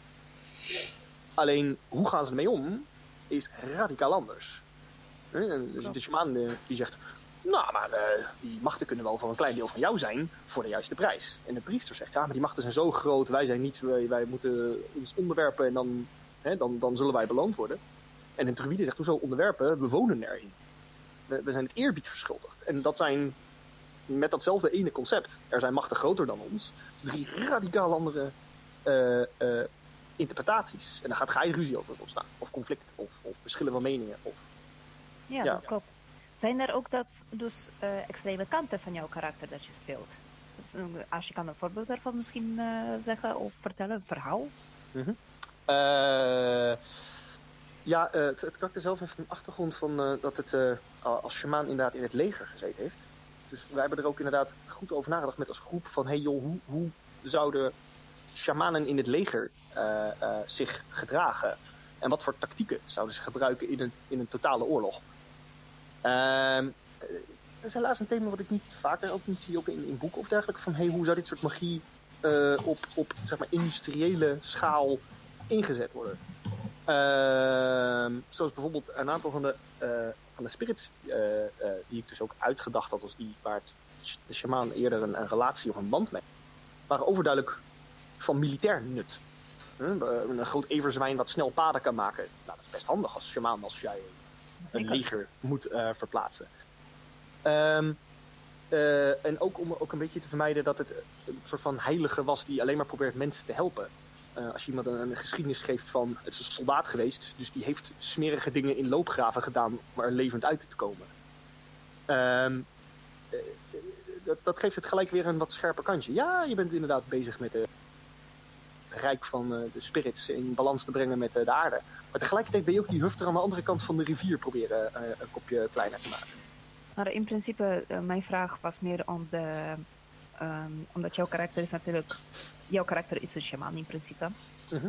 Alleen, hoe gaan ze ermee om, is radicaal anders. Dus de shamaan die zegt, nou, maar uh, die machten kunnen wel voor een klein deel van jou zijn voor de juiste prijs. En de priester zegt, ja, maar die machten zijn zo groot, wij zijn niets, wij, wij moeten ons onderwerpen en dan, hè, dan, dan zullen wij beloond worden. En een druïde zegt, hoezo onderwerpen? We wonen erin. We, we zijn het eerbied verschuldigd. En dat zijn, met datzelfde ene concept, er zijn machten groter dan ons, drie radicaal andere uh, uh, interpretaties. En daar gaat geen ruzie over ontstaan. Of conflict, of, of verschillen van meningen. Of, ja, ja, dat klopt. Zijn er ook dat, dus uh, extreme kanten van jouw karakter dat je speelt? Dus, uh, als je kan een voorbeeld daarvan misschien uh, zeggen of vertellen, een verhaal? Mm-hmm. Uh, ja, uh, het, het karakter zelf heeft een achtergrond van uh, dat het uh, als shamaan inderdaad in het leger gezeten heeft. Dus wij hebben er ook inderdaad goed over nagedacht met als groep van, hey joh, hoe, hoe zouden shamanen in het leger uh, uh, zich gedragen? En wat voor tactieken zouden ze gebruiken in een, in een totale oorlog? Uh, dat is helaas een thema wat ik niet vaker ook niet zie, ook in, in boeken of dergelijke, van hey, hoe zou dit soort magie uh, op, op zeg maar industriële schaal ingezet worden? Uh, zoals bijvoorbeeld een aantal van de, uh, van de spirits uh, uh, die ik dus ook uitgedacht had als die waar het, de shamaan eerder een, een relatie of een band mee, waren overduidelijk van militair nut. Uh, een groot everzwijn wat snel paden kan maken. Nou, dat is best handig als shamaan als jij een leger moet uh, verplaatsen. Um, uh, en ook om ook een beetje te vermijden dat het een soort van heilige was die alleen maar probeert mensen te helpen. Uh, als je iemand een, een geschiedenis geeft van, het is een soldaat geweest, dus die heeft smerige dingen in loopgraven gedaan om er levend uit te komen. Um, uh, dat, dat geeft het gelijk weer een wat scherper kantje. Ja, je bent inderdaad bezig met de, het rijk van uh, de spirits in balans te brengen met uh, de aarde. Maar tegelijkertijd ben je ook die hufter aan de andere kant van de rivier proberen uh, een kopje kleiner te maken. Maar in principe, uh, mijn vraag was meer om de, um, omdat jouw karakter is natuurlijk, jouw karakter is een shaman in principe. Mm-hmm.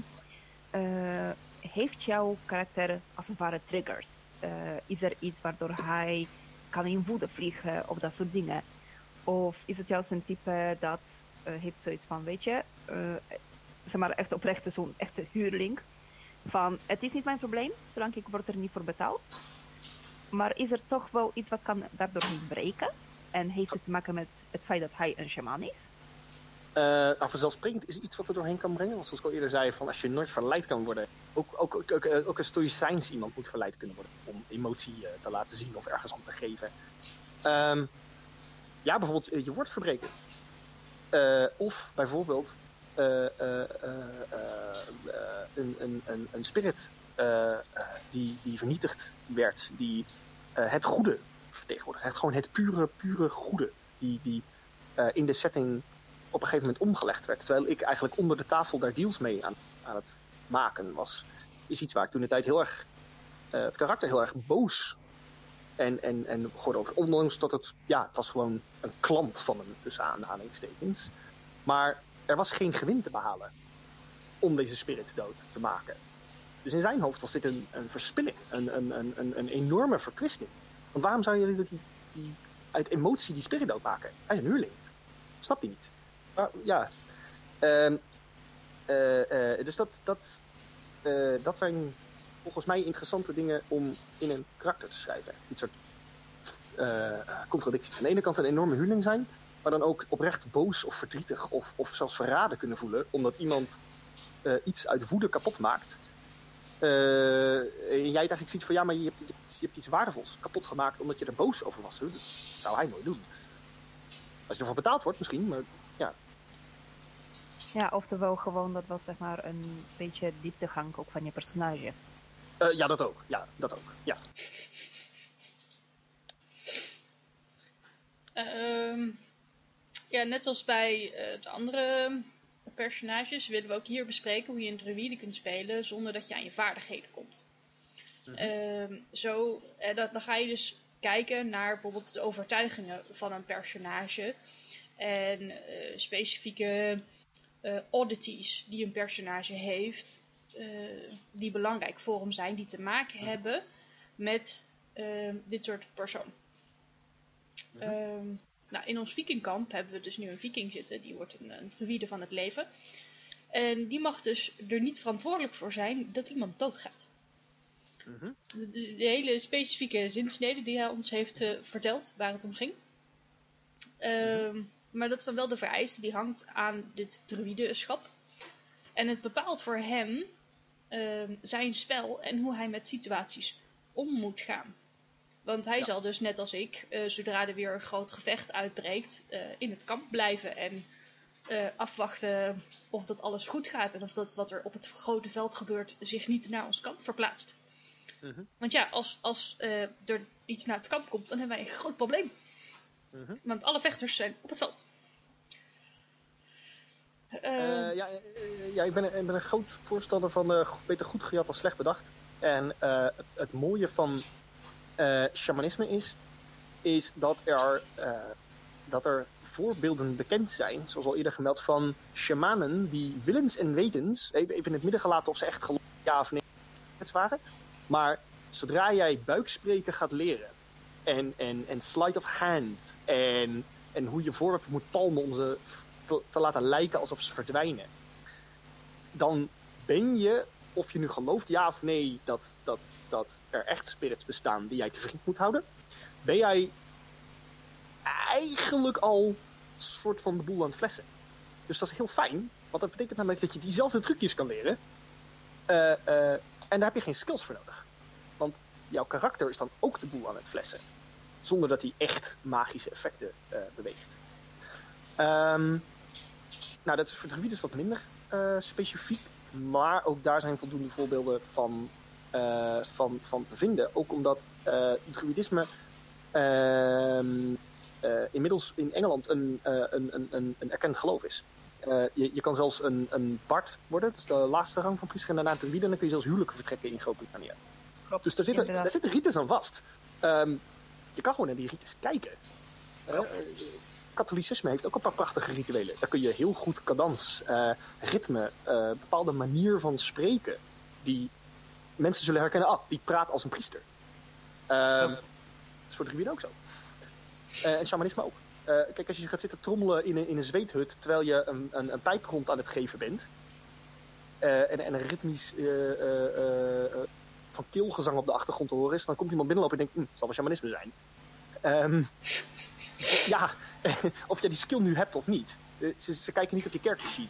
Uh, heeft jouw karakter als het ware triggers? Uh, is er iets waardoor hij kan in woede vliegen of dat soort dingen? Of is het juist een type dat uh, heeft zoiets van, weet je, uh, zeg maar echt oprecht zo'n echte huurling? Van, het is niet mijn probleem, zolang ik word er niet voor betaald. Maar is er toch wel iets wat kan daardoor niet breken? En heeft het te maken met het feit dat hij een shaman is? Uh, nou, vanzelfsprekend is iets wat er doorheen kan brengen. Want zoals ik al eerder zei, van als je nooit verleid kan worden. Ook, ook, ook, ook, ook een stoïcijns iemand moet verleid kunnen worden. Om emotie uh, te laten zien of ergens om te geven. Um, ja, bijvoorbeeld uh, je woord verbreken. Uh, of bijvoorbeeld uh, uh, uh, uh, uh, een, een, een, een spirit uh, uh, die, die vernietigd werd. Die uh, het goede vertegenwoordigt. Het, gewoon het pure, pure goede. Die, die uh, in de setting op een gegeven moment omgelegd werd. Terwijl ik eigenlijk onder de tafel daar deals mee aan, aan het maken was. Is iets waar ik toen de tijd heel erg, uh, het karakter heel erg boos en, en, en geworden over. Ondanks dat het, ja, het was gewoon een klant van hem, tussen aanhalingstekens. Maar er was geen gewin te behalen om deze spirit dood te maken. Dus in zijn hoofd was dit een, een verspilling, een, een, een, een, een enorme verkwisting. Want waarom zou je die, die, uit emotie die spirit doodmaken? Hij is een huurling. Snap je niet? Maar, ja. Uh, uh, uh, dus dat, dat, uh, dat zijn volgens mij interessante dingen om in een karakter te schrijven. Iets soort uh, contradicties. Aan de ene kant een enorme huurling zijn, maar dan ook oprecht boos of verdrietig of, of zelfs verraden kunnen voelen, omdat iemand uh, iets uit woede kapot maakt. Uh, en jij eigenlijk ziet van ja, maar je hebt, je hebt iets waardevols kapot gemaakt omdat je er boos over was. Dat zou hij nooit doen. Als je ervoor betaald wordt misschien, maar ja. Ja, oftewel gewoon dat was zeg maar een beetje dieptegang ook van je personage. Uh, ja, dat ook. Ja, dat ook. Ja. Uh, ja, net als bij uh, de andere personages willen we ook hier bespreken hoe je een druïde kunt spelen zonder dat je aan je vaardigheden komt. Mm-hmm. Uh, zo, uh, dat, dan ga je dus kijken naar bijvoorbeeld de overtuigingen van een personage en uh, specifieke uh, oddities die een personage heeft, uh, die belangrijk voor hem zijn, die te maken hebben met uh, dit soort persoon. Mm-hmm. Uh, nou, in ons vikingkamp hebben we dus nu een viking zitten, die wordt een, een druïde van het leven. En die mag dus er niet verantwoordelijk voor zijn dat iemand doodgaat. Mm-hmm. Het is de hele specifieke zinsnede die hij ons heeft uh, verteld waar het om ging. Uh, mm-hmm. Maar dat is dan wel de vereiste die hangt aan dit druideschap. En het bepaalt voor hem uh, zijn spel en hoe hij met situaties om moet gaan. Want hij ja. zal dus net als ik, uh, zodra er weer een groot gevecht uitbreekt, uh, in het kamp blijven en uh, afwachten of dat alles goed gaat. En of dat wat er op het grote veld gebeurt zich niet naar ons kamp verplaatst. Mm-hmm. Want ja, als, als uh, er iets naar het kamp komt, dan hebben wij een groot probleem. Mm-hmm. Want alle vechters zijn op het veld. Uh, uh, ja, ja, ik ben, ik ben een groot voorstander van uh, beter goed gejat dan slecht bedacht. En uh, het, het mooie van uh, shamanisme is, is dat er, uh, dat er voorbeelden bekend zijn, zoals al eerder gemeld, van shamanen die willens en wetens, even, even in het midden gelaten of ze echt geloof ja of nee waren, maar zodra jij buikspreken gaat leren en, en, en sleight of hand en, en hoe je voorwerpen moet palmen om ze te, te laten lijken alsof ze verdwijnen, dan ben je, of je nu gelooft ja of nee dat, dat, dat er echt spirits bestaan die jij te vriend moet houden, ben jij eigenlijk al een soort van de boel aan het flessen. Dus dat is heel fijn, want dat betekent namelijk dat je diezelfde trucjes kan leren uh, uh, en daar heb je geen skills voor nodig. Want jouw karakter is dan ook de boel aan het flessen, zonder dat hij echt magische effecten uh, beweegt. Um, nou, dat is voor druides wat minder uh, specifiek, maar ook daar zijn voldoende voorbeelden van, uh, van, van te vinden. Ook omdat uh, druidisme uh, uh, inmiddels in Engeland een, uh, een, een, een, een erkend geloof is. Uh, je, je kan zelfs een, een bard worden, dat is de laatste rang van priester, en daarna druïde, en dan kun je zelfs huwelijken vertrekken in Groot-Brittannië. Klopt, dus daar zitten, daar zitten rites aan vast. Um, je kan gewoon naar die rites kijken. Uh, katholicisme heeft ook een paar prachtige rituelen. Daar kun je heel goed cadans, uh, ritme, uh, bepaalde manier van spreken, die mensen zullen herkennen. Ah, die praat als een priester. Uh, ja. Dat is voor druïden ook zo. Uh, en shamanisme ook. Uh, kijk, als je gaat zitten trommelen in een, in een zweethut terwijl je een, een, een pijprond aan het geven bent, uh, en, en een ritmisch uh, uh, uh, uh, van keelgezang op de achtergrond te horen is, dan komt iemand binnenlopen en denkt, hm, het zal wel shamanisme zijn. Um, ja, of jij die skill nu hebt of niet. Uh, ze, ze kijken niet op je character sheet.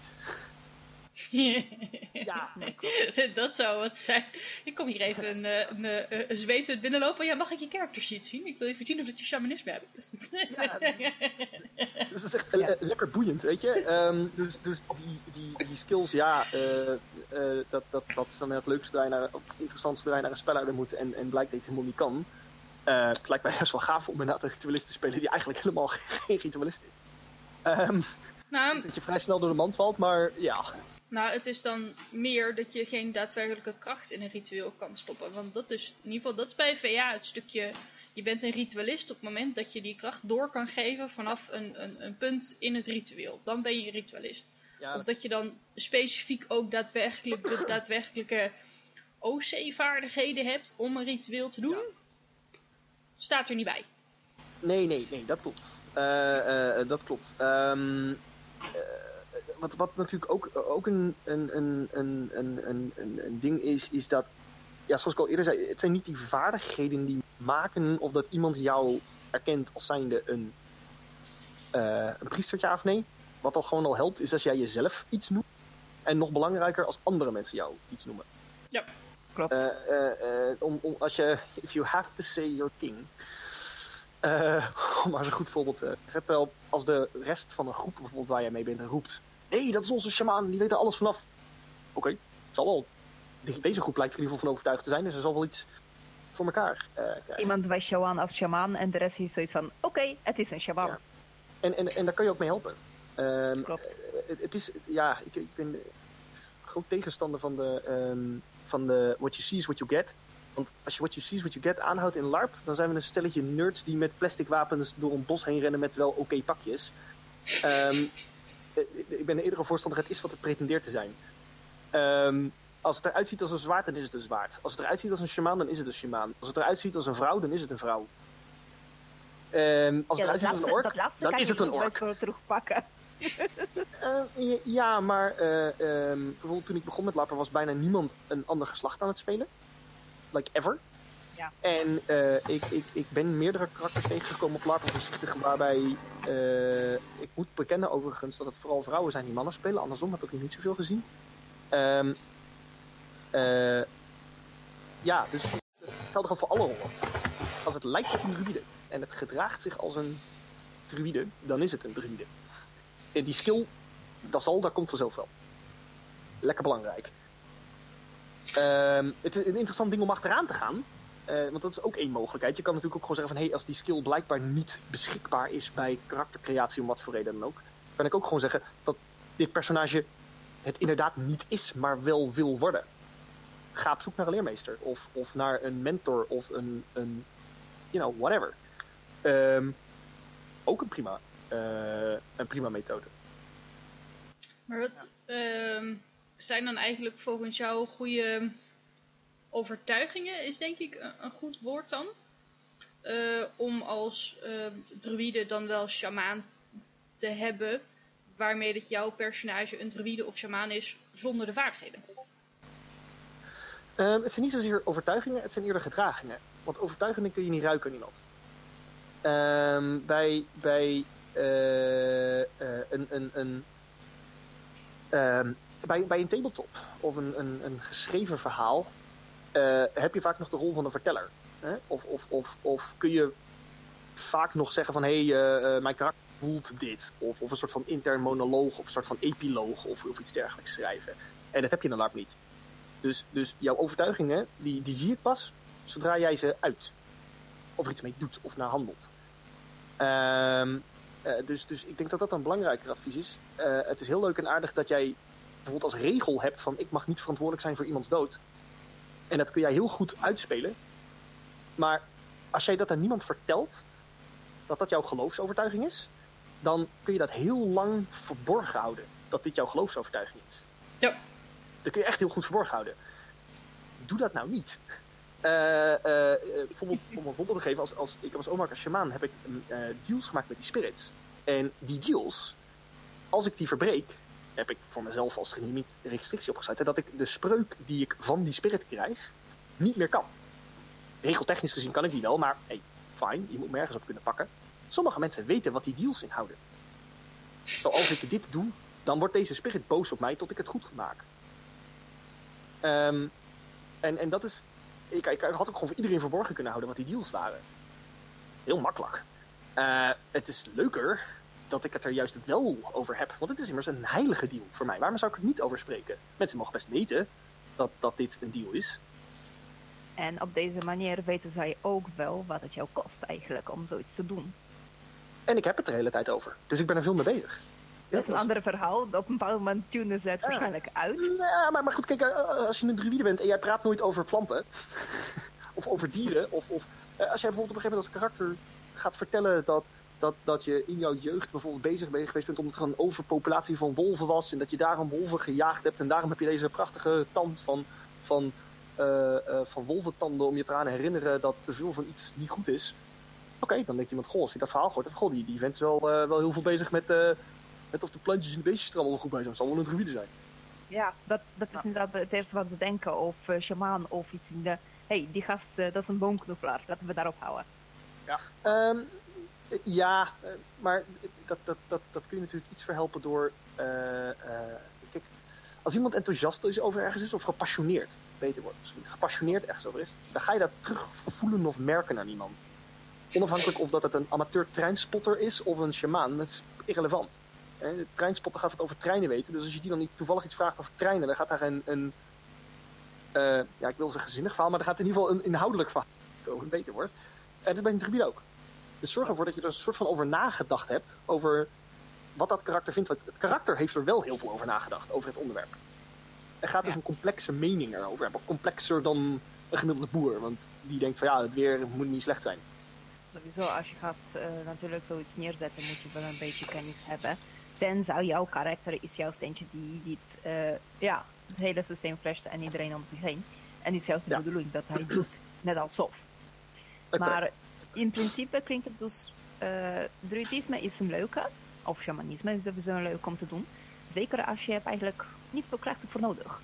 Ja, nee, dat zou wat zijn. Ik kom hier even een, een, een, een zweethut binnenlopen. Ja, mag ik je character sheet zien? Ik wil even zien of dat je shamanisme hebt. Ja, dat is echt uh, lekker boeiend, weet je. Um, dus dus die, die, die skills, ja, uh, uh, dat, dat, dat is dan het leukste zodra je naar, of interessant zodra je naar een speler moet en, en blijkt dat je het helemaal niet kan. Uh, het lijkt mij best wel gaaf om inderdaad een ritualist te spelen die eigenlijk helemaal geen ritualist is. Um, nou, dat je vrij snel door de mand valt, maar ja. Nou, het is dan meer dat je geen daadwerkelijke kracht in een ritueel kan stoppen. Want dat is, in ieder geval, dat is bij V A het stukje, je bent een ritualist op het moment dat je die kracht door kan geven vanaf een, een, een punt in het ritueel. Dan ben je een ritualist. Ja. Of dat je dan specifiek ook daadwerkelijk de daadwerkelijke O C-vaardigheden hebt om een ritueel te doen. Ja. Staat er niet bij. Nee, nee, nee, dat klopt. Uh, uh, dat klopt. Um, uh, wat, wat natuurlijk ook, ook een, een, een, een, een, een, een ding is, is dat, ja, zoals ik al eerder zei, het zijn niet die vaardigheden die maken of dat iemand jou erkent als zijnde een, uh, een priestertje of nee. Wat al gewoon al helpt, is als jij jezelf iets noemt. En nog belangrijker, als andere mensen jou iets noemen. Ja, klopt. Uh, uh, uh, om, om, als je, if you have to say your king. Uh, om maar eens een goed voorbeeld te geven. Wel, als de rest van een groep bijvoorbeeld waar jij mee bent roept, nee, dat is onze shamaan, die weet er alles vanaf. Oké, okay, zal wel. Deze groep lijkt er in ieder geval van overtuigd te zijn, dus er zal wel iets voor elkaar uh, krijgen. Iemand wijst jou aan als shamaan en de rest heeft zoiets van, oké, okay, het is een shamaan. Ja. En, en, en daar kan je ook mee helpen. Um, Klopt. Uh, het, het is, ja, ik, ik ben groot tegenstander van de, um, van de what you see is what you get. Want als je what you see is what you get aanhoudt in LARP, dan zijn we een stelletje nerds die met plastic wapens door een bos heen rennen met wel oké okay pakjes. Um, ik ben een eerdere voorstander, het is wat het pretendeert te zijn. Um, als het eruit ziet als een zwaard, dan is het een zwaard. Als het eruit ziet als een shamaan, dan is het een shamaan. Als het eruit ziet als een vrouw, dan is het een vrouw. Um, als ja, het eruit ziet als een ork, dan is het een ork. Dat terugpakken. uh, ja, maar uh, um, bijvoorbeeld toen ik begon met LARP was bijna niemand een ander geslacht aan het spelen. like ever. Ja. En uh, ik, ik, ik ben meerdere karakters tegengekomen op LARP voorzichtig, waarbij uh, ik moet bekennen overigens dat het vooral vrouwen zijn die mannen spelen. Andersom heb ik nog niet zoveel gezien. Um, uh, ja, dus hetzelfde geldt voor alle rollen. Als het lijkt op een druïde en het gedraagt zich als een druïde, dan is het een druïde. En die skill, dat zal, daar komt vanzelf wel. Lekker belangrijk. Um, het is een interessant ding om achteraan te gaan. Uh, want dat is ook één mogelijkheid. Je kan natuurlijk ook gewoon zeggen van... hé, hey, als die skill blijkbaar niet beschikbaar is bij karaktercreatie... om wat voor reden dan ook... kan ik ook gewoon zeggen dat dit personage het inderdaad niet is... maar wel wil worden. Ga op zoek naar een leermeester. Of, of naar een mentor. Of een... een you know, whatever. Um, ook een prima... Uh, een prima methode. Maar wat ja. uh, zijn dan eigenlijk volgens jou goede... overtuigingen is denk ik een, een goed woord dan. Uh, om als uh, druïde dan wel shamaan te hebben. Waarmee dat jouw personage een druïde of shamaan is zonder de vaardigheden. Um, het zijn niet zozeer overtuigingen, het zijn eerder gedragingen. Want overtuigingen kun je niet ruiken aan iemand. Um, bij bij uh, uh, een... een, een um, bij, bij een tabletop of een, een, een geschreven verhaal... Uh, heb je vaak nog de rol van een verteller. Hè? Of, of, of, of kun je vaak nog zeggen van... hé, hey, uh, uh, mijn karakter voelt dit. Of, of een soort van intern monoloog of een soort van epiloog of, of iets dergelijks schrijven. En dat heb je in een LARP niet. Dus, dus jouw overtuigingen, die, die zie je pas zodra jij ze uit. Of er iets mee doet of naar handelt. Um, uh, dus, dus ik denk dat dat een belangrijker advies is. Uh, het is heel leuk en aardig dat jij bijvoorbeeld als regel hebt van... ik mag niet verantwoordelijk zijn voor iemands dood. En dat kun jij heel goed uitspelen. Maar als jij dat aan niemand vertelt, dat dat jouw geloofsovertuiging is, dan kun je dat heel lang verborgen houden. Dat dit jouw geloofsovertuiging is. Ja. Dat kun je echt heel goed verborgen houden. Doe dat nou niet. Uh, uh, uh, bijvoorbeeld, om een voorbeeld te geven, als, als, ik als oma als shamaan heb ik uh, deals gemaakt met die spirits. En die deals, als ik die verbreek, heb ik voor mezelf als limiet restrictie opgezet. Dat ik de spreuk die ik van die spirit krijg, niet meer kan. Regeltechnisch gezien kan ik die wel, maar hey, fijn, je moet me ergens op kunnen pakken. Sommige mensen weten wat die deals inhouden. Zoals ik dit doe, dan wordt deze spirit boos op mij tot ik het goed maak. Um, en, en dat is... Ik, ik had ook gewoon voor iedereen verborgen kunnen houden wat die deals waren. Heel makkelijk. Uh, het is leuker... dat ik het er juist wel over heb. Want het is immers een heilige deal voor mij. Waarom zou ik er niet over spreken? Mensen mogen best weten dat, dat dit een deal is. En op deze manier weten zij ook wel wat het jou kost eigenlijk om zoiets te doen. En ik heb het er de hele tijd over. Dus ik ben er veel mee bezig. Dat is een ander verhaal. Op een bepaald moment tunen ze het ja. waarschijnlijk uit. Ja, maar, maar goed, kijk, als je een druïde bent en jij praat nooit over planten. of over dieren. Of, of als jij bijvoorbeeld op een gegeven moment als karakter gaat vertellen dat Dat, dat je in jouw jeugd bijvoorbeeld bezig bent geweest bent omdat er een overpopulatie van wolven was. En dat je daarom wolven gejaagd hebt. En daarom heb je deze prachtige tand van, van, uh, uh, van wolventanden om je eraan te herinneren dat te veel van iets niet goed is. Oké, okay, dan denkt iemand, goh, als hij dat verhaal hoort. Goh, die, die vent is wel, uh, wel heel veel bezig met, uh, met of de plantjes en de beestjes er allemaal goed bij zijn. Dat zal wel een druïde zijn. Ja, dat, dat is ja. inderdaad het eerste wat ze denken. Of uh, shamaan of iets in de... Hé, hey, die gast, uh, dat is een boomknuffelaar. Laten we daarop houden. Ja. Um, Ja, maar dat, dat, dat, dat kun je natuurlijk iets verhelpen door... Uh, uh, kijk, als iemand enthousiast is over ergens is, of gepassioneerd, beter wordt misschien, gepassioneerd ergens over is, dan ga je dat terugvoelen of merken aan iemand. Onafhankelijk of dat het een amateur treinspotter is of een shamaan, dat is irrelevant. De treinspotter gaat het over treinen weten, dus als je die dan niet toevallig iets vraagt over treinen, dan gaat daar een... een uh, ja, ik wil zeggen gezinnig verhaal, maar dan gaat in ieder geval een inhoudelijk verhaal over, beter wordt. En dat bij een druïde ook. Dus zorg ervoor dat je er een soort van over nagedacht hebt, over wat dat karakter vindt. Want het karakter heeft er wel heel veel over nagedacht, over het onderwerp. Er gaat dus ja. een complexe mening erover hebben. Complexer dan een gemiddelde boer, want die denkt van ja, het weer moet niet slecht zijn. Sowieso, als je gaat uh, natuurlijk zoiets neerzetten, moet je wel een beetje kennis hebben. Tenzij jouw karakter is juist eentje die dit, uh, ja, het hele systeem flasht en iedereen om zich heen. En het is juist de ja. bedoeling dat hij doet, net als Sof. Okay. Maar in principe klinkt het dus, uh, druidisme is een leuke, of shamanisme is sowieso een leuk om te doen. Zeker als je hebt eigenlijk niet veel krachten voor nodig. Je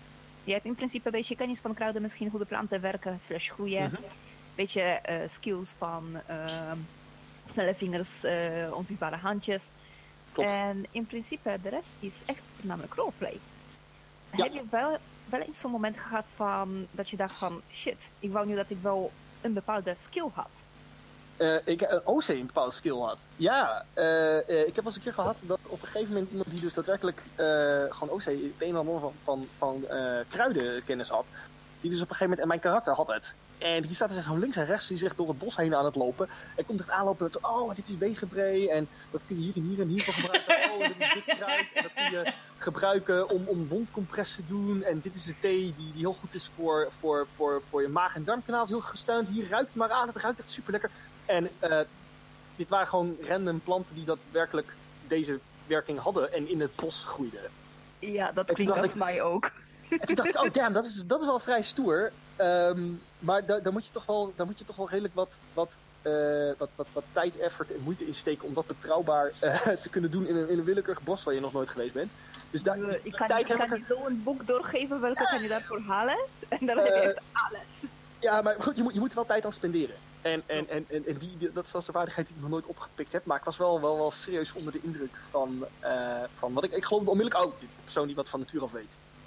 Je hebt in principe een beetje kennis van kruiden, misschien hoe de planten werken, slash groeien. Een Mhm. beetje uh, skills van uh, snelle vingers, uh, onzichtbare handjes. Klopt. En in principe, de rest is echt voornamelijk roleplay. Ja. Heb je wel, wel eens zo'n moment gehad van, dat je dacht van, shit, ik wou nu dat ik wel een bepaalde skill had? Uh, ik een O C een bepaalde skill had. Ja, uh, uh, ik heb wel eens een keer gehad dat op een gegeven moment iemand die dus daadwerkelijk uh, gewoon O C, het een en ander van, van, van uh, kruidenkennis had, die dus op een gegeven moment, en mijn karakter had het. En die staat er gewoon links en rechts, die zich door het bos heen aan het lopen. En komt echt aanlopen dat, oh, dit is wegenbrei en dat kun je hier en hier en hier voor gebruiken. Oh, dit is dit kruid en dat kun je gebruiken om, om wondcompress te doen. En dit is de thee die, die heel goed is voor, voor, voor, voor je maag- en darmkanaal, is heel gesteund. Hier, ruikt het maar aan, het ruikt echt super lekker. En uh, dit waren gewoon random planten die daadwerkelijk deze werking hadden en in het bos groeiden. Ja, dat klinkt als ik, mij ook. En toen dacht ik, oh damn, dat is, dat is wel vrij stoer. Um, maar da, daar moet je toch wel, daar moet je toch wel redelijk wat, wat, uh, wat, wat, wat tijd, effort en moeite in steken om dat betrouwbaar uh, te kunnen doen in een, in een willekeurig bos waar je nog nooit geweest bent. Dus daar, uh, ik kan, ik kan je zo een boek doorgeven, welke kan je daarvoor halen? En dan uh, heb je echt alles. Ja, maar goed, je moet, je moet er wel tijd aan spenderen. En, en, en, en, en die, die, dat is een vaardigheid die ik nog nooit opgepikt heb. Maar ik was wel, wel, wel serieus onder de indruk van, uh, van wat ik... Ik geloof onmiddellijk ook, oh, dit is een persoon die wat van natuur af weet.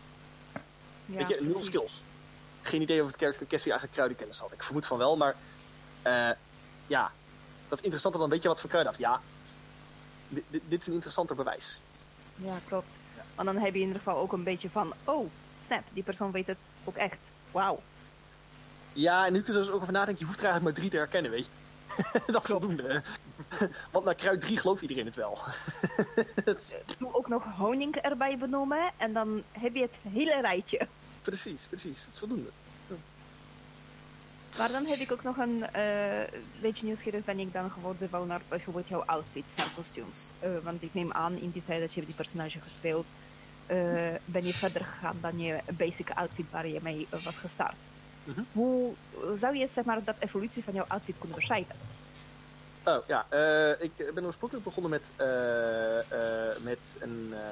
Ja, weet je, nul precies. Skills. Geen idee of het character Cassie eigenlijk kruidenkennis had. Ik vermoed van wel, maar... Uh, ja, dat is interessanter dan weet je wat voor kruiden had. Ja, dit, dit, dit is een interessanter bewijs. Ja, klopt. Ja. Want dan heb je in ieder geval ook een beetje van... Oh, snap, die persoon weet het ook echt. Wauw. Ja, en nu kun je er dus ook over nadenken, je hoeft er eigenlijk maar drie te herkennen, weet je. Dat is voldoende. Want naar kruid drie gelooft iedereen het wel. Doe ook nog honing erbij benoemen en dan heb je het hele rijtje. Precies, precies. Dat is voldoende. Ja. Maar dan heb ik ook nog een uh, beetje nieuwsgierig ben ik dan geworden wel naar bijvoorbeeld jouw outfits en kostuums. Uh, want ik neem aan, in die tijd dat je die personage gespeeld, uh, ben je verder gegaan dan je basic outfit waar je mee uh, was gestart. Mm-hmm. Hoe zou je zeg maar, dat evolutie van jouw outfit kunnen beschrijven? Oh ja, uh, ik ben oorspronkelijk begonnen met, uh, uh, met een... Uh,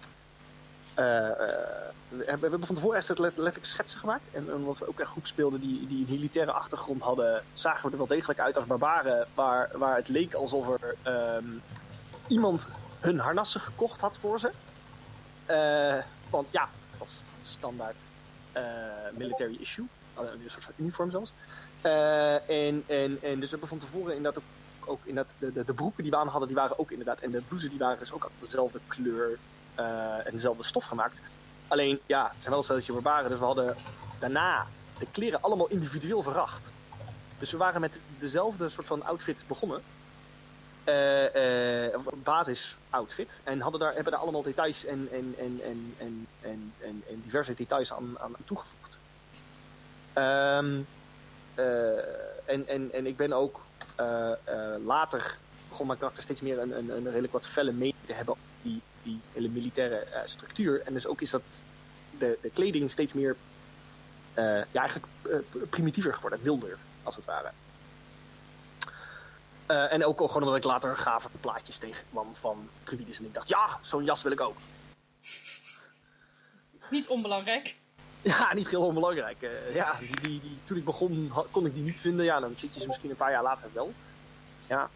uh, uh, we hebben van tevoren eerst letterlijk schetsen gemaakt. En omdat we ook echt groep speelden die, die een militaire achtergrond hadden, zagen we er wel degelijk uit als barbaren. Waar, waar het leek alsof er um, iemand hun harnassen gekocht had voor ze. Uh, want ja, dat was standaard uh, military issue. Een soort van uniform zelfs. Uh, en, en, en dus we hebben van tevoren inderdaad ook, ook inderdaad de, de, de broeken die we aan hadden, die waren ook inderdaad, en de blouses die waren dus ook dezelfde kleur uh, en dezelfde stof gemaakt. Alleen, ja, het zijn wel stelletje barbaren, dus we hadden daarna de kleren allemaal individueel verracht. Dus we waren met dezelfde soort van outfit begonnen. Uh, uh, basis outfit. En hadden daar, hebben daar allemaal details en, en, en, en, en, en, en, en diverse details aan, aan toegevoegd. Um, uh, en, en, en ik ben ook uh, uh, later begon mijn karakter steeds meer een, een, een redelijk wat felle mening te hebben op die, die hele militaire uh, structuur. En dus ook is dat de, de kleding steeds meer uh, ja, eigenlijk uh, primitiever geworden, wilder als het ware. Uh, en ook gewoon omdat ik later gave plaatjes tegenkwam van druides en ik dacht, ja, zo'n jas wil ik ook. Niet onbelangrijk. Ja, niet heel onbelangrijk. Uh, ja, die, die, die, toen ik begon had, kon ik die niet vinden. Ja, dan zit je ze misschien een paar jaar later wel. Ja.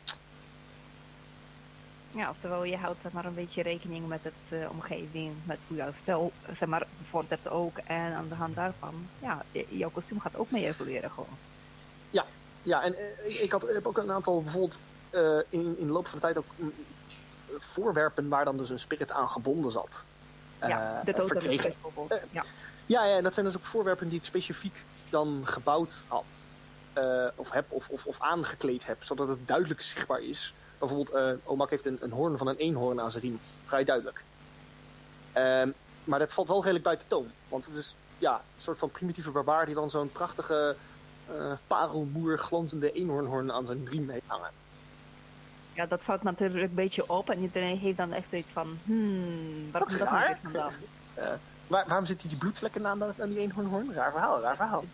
Ja, oftewel je houdt zeg maar een beetje rekening met het uh, omgeving, met hoe jouw spel zeg maar bevordert ook. En aan de hand daarvan, ja, jouw kostuum gaat ook mee evolueren gewoon. Ja, ja en uh, ik had, heb ook een aantal bijvoorbeeld uh, in, in de loop van de tijd ook uh, voorwerpen waar dan dus een spirit aan gebonden zat. Uh, ja, de totem spirit bijvoorbeeld. Uh, ja. Ja, ja, en dat zijn dus ook voorwerpen die ik specifiek dan gebouwd had. Uh, of heb, of, of, of aangekleed heb, zodat het duidelijk zichtbaar is. Bijvoorbeeld, uh, Omak heeft een, een hoorn van een eenhoorn aan zijn riem. Vrij duidelijk. Uh, maar dat valt wel redelijk buiten toon. Want het is ja, een soort van primitieve barbaar die dan zo'n prachtige uh, parelmoer glanzende eenhoornhoorn aan zijn riem heeft hangen. Ja, dat valt natuurlijk een beetje op en iedereen heeft dan echt zoiets van, hmm, waar komt dat nou weer vandaan? Uh, Waar, waarom zitten die bloedvlekken aan, aan die eenhoornhoorn? Raar verhaal, raar verhaal.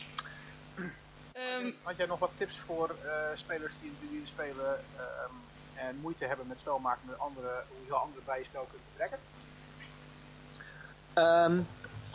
um, Had jij nog wat tips voor uh, spelers die, die spelen, uh, en moeite hebben met spel maken met andere, hoe je anderen bij je spel kunt betrekken? Um,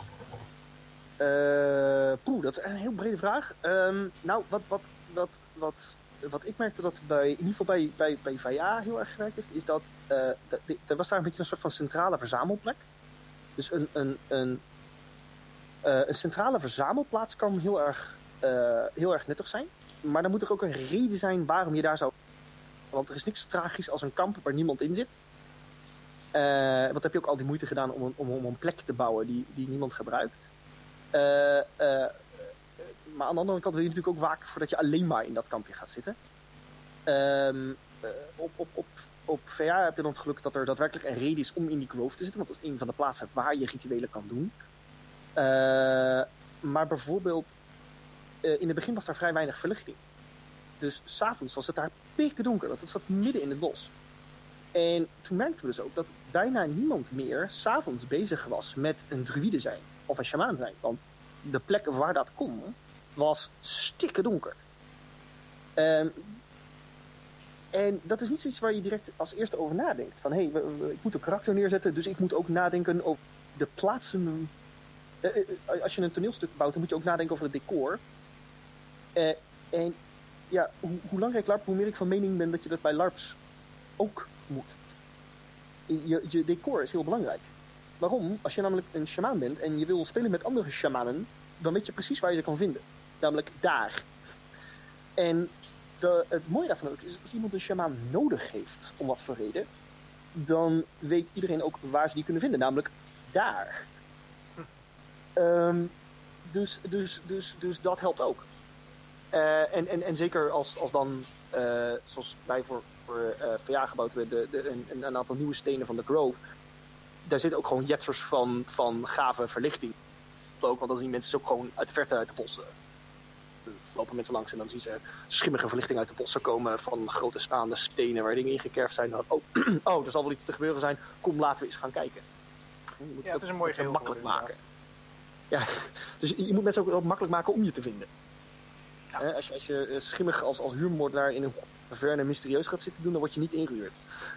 uh, poeh, dat is een heel brede vraag. Um, nou, wat, wat, wat, wat, wat ik merkte dat bij, in ieder geval bij, bij, bij V A heel erg gewerkt heeft, is dat uh, er was daar een beetje een soort van centrale verzamelplek. Dus een, een, een, uh, een centrale verzamelplaats kan heel erg, uh, heel erg nuttig zijn. Maar dan moet er ook een reden zijn waarom je daar zou... Want er is niks tragisch als een kamp waar niemand in zit. Uh, wat heb je ook al die moeite gedaan om, om, om een plek te bouwen die, die niemand gebruikt. Uh, uh, maar aan de andere kant wil je natuurlijk ook waken voordat je alleen maar in dat kampje gaat zitten. Um, uh, op, op, op, op V A heb je dan het geluk dat er daadwerkelijk een reden is om in die grove te zitten. Want dat is een van de plaatsen waar je rituelen kan doen. Uh, maar bijvoorbeeld, uh, in het begin was daar vrij weinig verlichting. Dus 's avonds was het daar pikken donker. Dat zat midden in het bos. En toen merkten we dus ook dat bijna niemand meer 's avonds bezig was met een druïde zijn. Of een shamaan zijn. Want de plek waar dat kon, was stikken donker. Um, en dat is niet zoiets waar je direct als eerste over nadenkt. Van hé, hey, ik moet een karakter neerzetten, dus ik moet ook nadenken over de plaatsen. Uh, uh, als je een toneelstuk bouwt, dan moet je ook nadenken over het decor. Uh, en ja, hoe, hoe langer ik LARP, hoe meer ik van mening ben dat je dat bij LARPs ook moet. Je, je decor is heel belangrijk. Waarom? Als je namelijk een shamaan bent en je wil spelen met andere shamanen, dan weet je precies waar je ze kan vinden. Namelijk daar. En de, het mooie daarvan ook is, als iemand een shamaan nodig heeft, om wat voor reden, dan weet iedereen ook waar ze die kunnen vinden. Namelijk daar. Hm. Um, dus, dus, dus, dus dat helpt ook. Uh, en, en, en zeker als, als dan, uh, zoals wij voor, voor uh, V A gebouwd hebben, de, de, een, een aantal nieuwe stenen van de Grove, daar zitten ook gewoon jetsers van, van gave verlichting. Ook, want dan zien mensen ook gewoon uit de verte uit de bossen. Er lopen mensen langs en dan zien ze schimmige verlichting uit de bossen komen van grote staande stenen waar dingen in gekerfd zijn. Dan, oh, oh, er zal wel iets te gebeuren zijn. Kom, laten we eens gaan kijken. Je moet ja, het is een mooi geheel makkelijk maken. Ja, dus je moet mensen ook makkelijk maken om je te vinden. Ja. Eh, als, je, als je schimmig als, als huurmoordenaar in een caverne mysterieus gaat zitten doen, dan word je niet ingehuurd.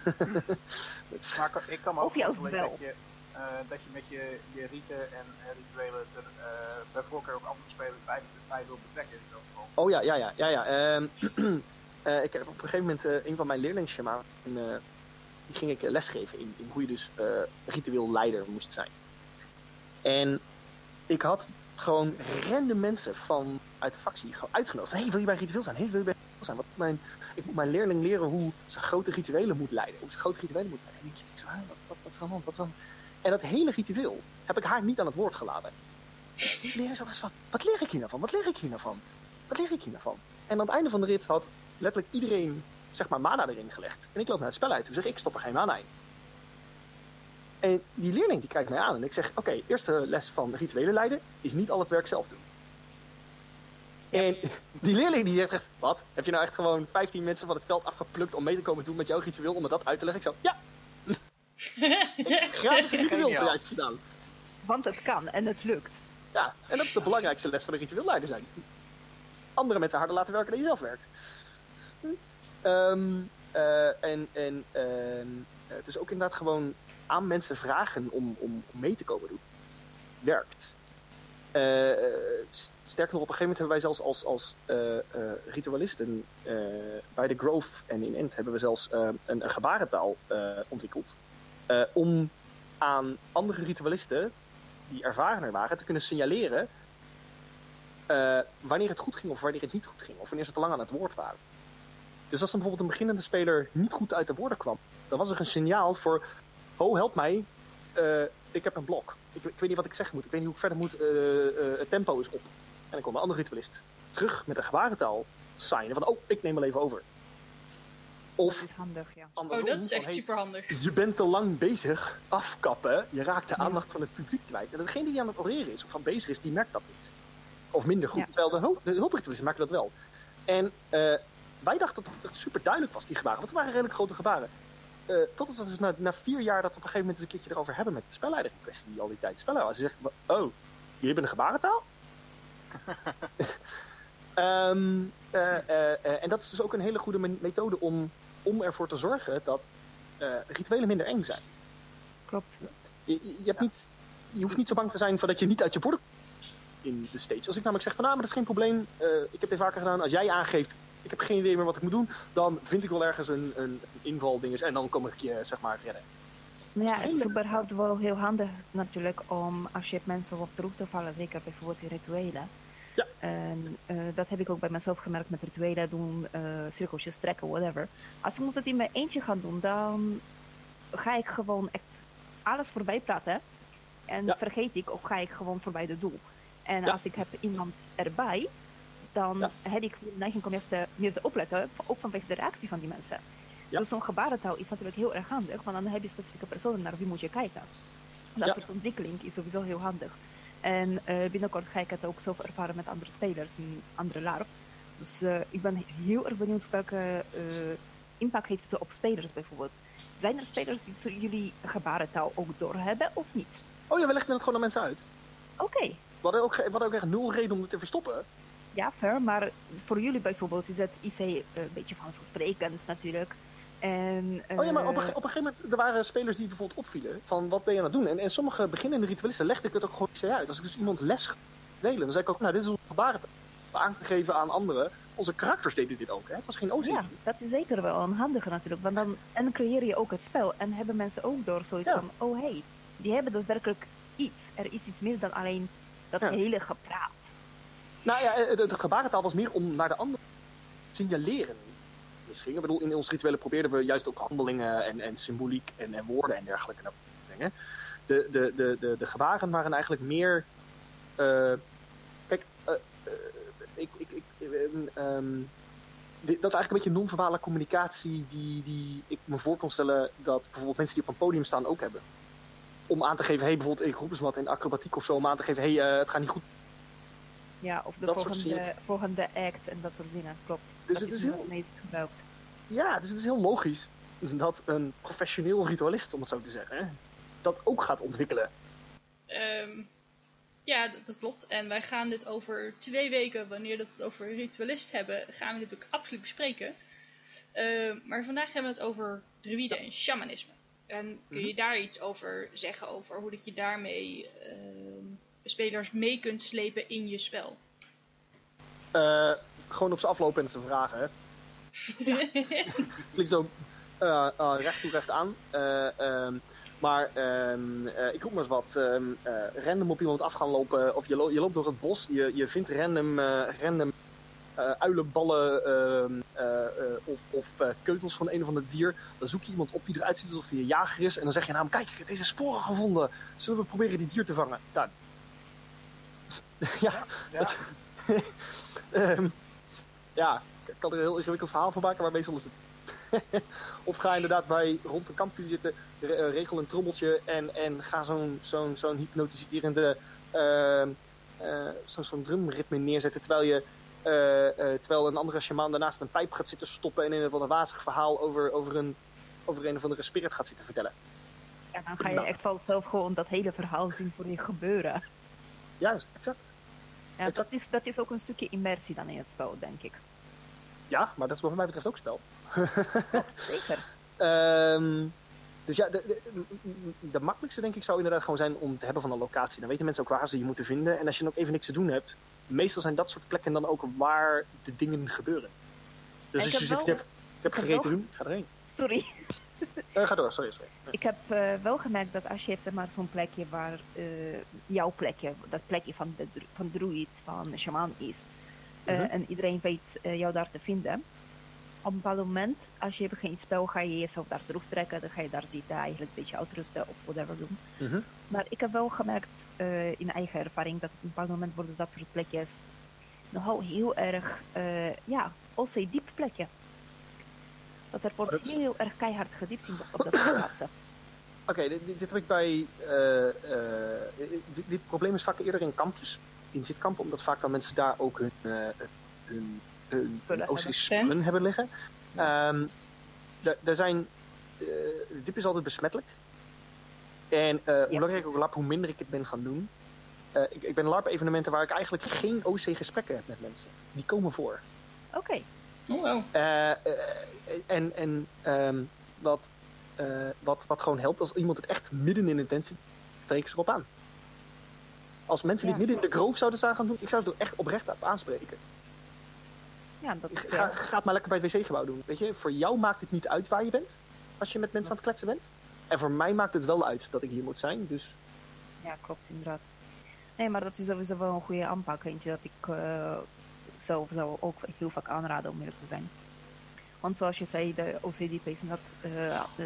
Maar ik kan me ook of juist voorstellen wel. dat je, uh, dat je met je, je riten en uh, rituelen er uh, bij voorkeur ook andere spelers bij, bij wil betrekken. In zo'n geval. Oh ja, ja, ja. ja, ja. Um, uh, ik heb op een gegeven moment uh, een van mijn leerlingssjamanen, uh, die ging ik uh, lesgeven in, in hoe je dus uh, ritueel leider moest zijn. En ik had gewoon random mensen van uit de factie gewoon uitgenodigd. Hé, hey, wil je bij ritueel zijn? Hé, hey, wil je bij ritueel zijn? Wat mijn, ik moet mijn leerling leren hoe ze grote rituelen moet leiden. Hoe ze grote rituelen moet leiden. En ik zo, wat, wat, wat is er aan de hand? Wat is er aan... En dat hele ritueel heb ik haar niet aan het woord gelaten. Ik leer zo eens van, wat leer ik hier nou van? Wat leer ik hier nou van? Wat leer ik hier nou van? En aan het einde van de rit had letterlijk iedereen, zeg maar, mana erin gelegd. En ik loop naar het spel uit. Toen zeg ik, ik stop er geen mana in. En die leerling die kijkt mij aan en ik zeg, oké, okay, eerste les van rituelen leiden is niet al het werk zelf doen. Ja. En die leerling die zegt, wat? Heb je nou echt gewoon vijftien mensen van het veld afgeplukt om mee te komen doen met jouw ritueel, om me dat uit te leggen? Ik zo, ja. Gratis ritueel voor jou gedaan. Want het kan en het lukt. Ja, en dat is de belangrijkste les van de ritueelleider zijn. Andere mensen harder laten werken dan je zelf werkt. Um, uh, en en uh, het is ook inderdaad gewoon aan mensen vragen om, om, om mee te komen doen. Werkt. Uh, sterker nog, op een gegeven moment hebben wij zelfs als, als uh, uh, ritualisten uh, bij de Grove en in End hebben we zelfs uh, een, een gebarentaal uh, ontwikkeld. Uh, om aan andere ritualisten die ervarener waren te kunnen signaleren uh, wanneer het goed ging of wanneer het niet goed ging. Of wanneer ze te lang aan het woord waren. Dus als dan bijvoorbeeld een beginnende speler niet goed uit de woorden kwam, dan was er een signaal voor, ho, help mij, uh, ik heb een blok. Ik, ik weet niet wat ik zeggen moet, ik weet niet hoe ik verder moet, uh, uh, het tempo is op. En dan kwam een andere ritualist terug met een gebarentaal signen van, oh, ik neem wel even over. Of, dat is handig, ja. Oh, dat is echt hey, super handig. Je bent te lang bezig, afkappen, je raakt de aandacht ja. van het publiek kwijt. En degene die aan het oreren is of van bezig is, die merkt dat niet. Of minder goed, ja. terwijl de, hulp, de hulpritualisten merken dat wel. En uh, wij dachten dat het super duidelijk was, die gebaren, want het waren redelijk grote gebaren. Uh, totdat we dus na, na vier jaar dat we op een gegeven moment eens een keertje erover hebben met de spelleider in kwestie, die al die tijd de spelleider was. Ze zegt, oh, jullie hebben een gebarentaal? um, uh, uh, uh, en dat is dus ook een hele goede methode om om ervoor te zorgen dat uh, rituelen minder eng zijn. Klopt. Je, je, je, hebt niet, je hoeft niet zo bang te zijn voor dat je niet uit je borden in de stage. Als ik namelijk zeg van, nou, maar dat is geen probleem. Uh, ik heb dit vaker gedaan. Als jij aangeeft, ik heb geen idee meer wat ik moet doen, dan vind ik wel ergens een, een invaldinges en dan kom ik je, zeg maar, redden. Nou ja, het is überhaupt wel heel handig natuurlijk om, als je hebt mensen op terug te vallen, zeker bijvoorbeeld in rituelen. Ja. En uh, dat heb ik ook bij mezelf gemerkt met rituelen doen, uh, cirkeltjes trekken, whatever. Als ik moet het in mijn eentje gaan doen, dan ga ik gewoon echt alles voorbij praten. En ja. vergeet ik of ga ik gewoon voorbij het doel. En ja. als ik heb iemand erbij, dan ja. heb ik de neiging om eerst meer te opletten, ook vanwege de reactie van die mensen. Ja. Dus zo'n gebarentaal is natuurlijk heel erg handig, want dan heb je specifieke personen naar wie moet je kijken. Dat ja. soort ontwikkeling is sowieso heel handig. En uh, binnenkort ga ik het ook zelf ervaren met andere spelers in andere LARP. Dus uh, ik ben heel erg benieuwd welke uh, impact heeft het op spelers bijvoorbeeld. Zijn er spelers die jullie gebarentaal ook doorhebben of niet? Oh ja, we leggen het gewoon aan mensen uit. Oké. Okay. We hadden ook, we hadden ook echt nul reden om het te verstoppen. Ja, fair, maar voor jullie bijvoorbeeld is het I C uh, een beetje vanzelfsprekend natuurlijk. En, uh... Oh ja, maar op een, op een gegeven moment, er waren spelers die bijvoorbeeld opvielen van wat ben je aan het doen? En, en sommige beginnende ritualisten legde ik het ook gewoon I C uit. Als ik dus iemand les delen, dan zei ik ook, nou dit is onze gebarentaal aangegeven aan anderen. Onze karakters deden dit ook, hè? Het was geen O C. Ja, dat is zeker wel een handige natuurlijk, want dan en creëer je ook het spel en hebben mensen ook door zoiets ja. van, oh hé, hey, die hebben dus werkelijk iets. Er is iets meer dan alleen dat ja. hele gepraat. Nou ja, de, de gebarentaal was meer om naar de ander te signaleren. Misschien. Ik bedoel, in onze rituelen probeerden we juist ook handelingen en, en symboliek en, en woorden en dergelijke naar te brengen. De, de, de, de, de gebaren waren eigenlijk meer... Uh, kijk, uh, uh, ik, ik, ik, um, um, dit, dat is eigenlijk een beetje non-verbale communicatie die, die ik me voor kon stellen dat bijvoorbeeld mensen die op een podium staan ook hebben. Om aan te geven, hey, bijvoorbeeld ik roep eens wat in acrobatiek of zo, om aan te geven, hey, uh, het gaat niet goed. Ja, of de volgende, volgende act en dat soort dingen, klopt. Dus dat het is is heel... het meest gebruikt. Ja, dus het is heel logisch dat een professioneel ritualist, om het zo te zeggen, hè, dat ook gaat ontwikkelen. Um, ja, dat, dat klopt. En wij gaan dit over twee weken, wanneer we het over ritualist hebben, gaan we dit ook absoluut bespreken. Uh, maar vandaag hebben we het over druïden en shamanisme. En kun je mm-hmm. daar iets over zeggen, over hoe dat je daarmee... Uh, spelers mee kunt slepen in je spel? Uh, gewoon op ze aflopen en ze vragen, hè. Ja. Klinkt zo uh, uh, recht toe recht aan. Uh, um, maar um, uh, ik roep maar eens wat. Um, uh, random op iemand af gaan lopen. Of je, lo- je loopt door het bos. Je, je vindt random, uh, random uh, uilenballen uh, uh, uh, of, of uh, keutels van een of ander dier. Dan zoek je iemand op die eruit ziet alsof hij een jager is. En dan zeg je aan hem, kijk, ik heb deze sporen gevonden. Zullen we proberen die dier te vangen? Nou, ja, ja. Dat, um, ja, ik kan er een heel ingewikkeld verhaal van maken, maar meestal is het. Of ga inderdaad bij rond een kampvuur zitten, re- regel een trommeltje en, en ga zo'n, zo'n, zo'n hypnotiserende uh, uh, zo, zo'n drumritme neerzetten, terwijl je uh, uh, terwijl een andere shamaan daarnaast een pijp gaat zitten stoppen en in een wat een wazig verhaal over, over, een, over een of andere spirit gaat zitten vertellen. Ja, dan ga je nou. echt vanzelf gewoon dat hele verhaal zien voor je gebeuren. Juist, exact. Ja, dat is, dat is ook een stukje immersie dan in het spel, denk ik. Ja, maar dat is wat mij betreft ook spel. Ja, zeker. um, dus ja, de, de, de makkelijkste denk ik zou inderdaad gewoon zijn om te hebben van een locatie. Dan weten mensen ook waar ze je moeten vinden. En als je dan ook even niks te doen hebt, meestal zijn dat soort plekken dan ook waar de dingen gebeuren. Dus als je zegt, wel... je hebt gereden doen, ga erheen. Sorry. Uh, ga door, sorry. sorry. Ja. Ik heb uh, wel gemerkt dat als je hebt zeg maar, zo'n plekje waar uh, jouw plekje, dat plekje van de van druid, van de shaman is, uh, mm-hmm. en iedereen weet uh, jou daar te vinden. Op een bepaald moment, als je hebt geen spel, ga je jezelf daar terugtrekken, dan ga je daar zitten, eigenlijk een beetje uitrusten of whatever doen. Mm-hmm. Maar ik heb wel gemerkt uh, in eigen ervaring dat op een bepaald moment worden dat soort plekjes nogal heel erg, uh, ja, O C diep plekje. Dat er wordt heel erg keihard gediept in op dat soort plaatsen. Oké, okay, dit, dit heb ik bij... Uh, uh, dit, dit probleem is vaak eerder in kampjes, in zitkampen, omdat vaak dan mensen daar ook hun, uh, hun, hun, hun O C-spullen hebben liggen. Um, er zijn... Uh, dip is altijd besmettelijk. En uh, hoe ja. langer ik ook LARP, hoe minder ik het ben gaan doen. Uh, ik, ik ben LARP-evenementen waar ik eigenlijk geen O C-gesprekken heb met mensen. Die komen voor. Oké. Okay. Oh, wow. Uh, uh, en en um, wat, uh, wat, wat gewoon helpt, als iemand het echt midden in intentie, spreken ze erop aan. Als mensen ja. dit midden in de grove zouden gaan doen, ik zou het er echt oprecht op aanspreken. Ja, dat is Ga, ga het maar lekker bij het wc-gebouw doen. Weet je, voor jou maakt het niet uit waar je bent, als je met mensen aan het kletsen bent. En voor mij maakt het wel uit dat ik hier moet zijn, dus... Ja, klopt, inderdaad. Nee, maar dat is sowieso wel een goede aanpak. Eentje dat ik uh, zelf zou ook heel vaak aanraden, om eerlijk te zijn. Want zoals je zei, de O C D-patient had... Uh, de...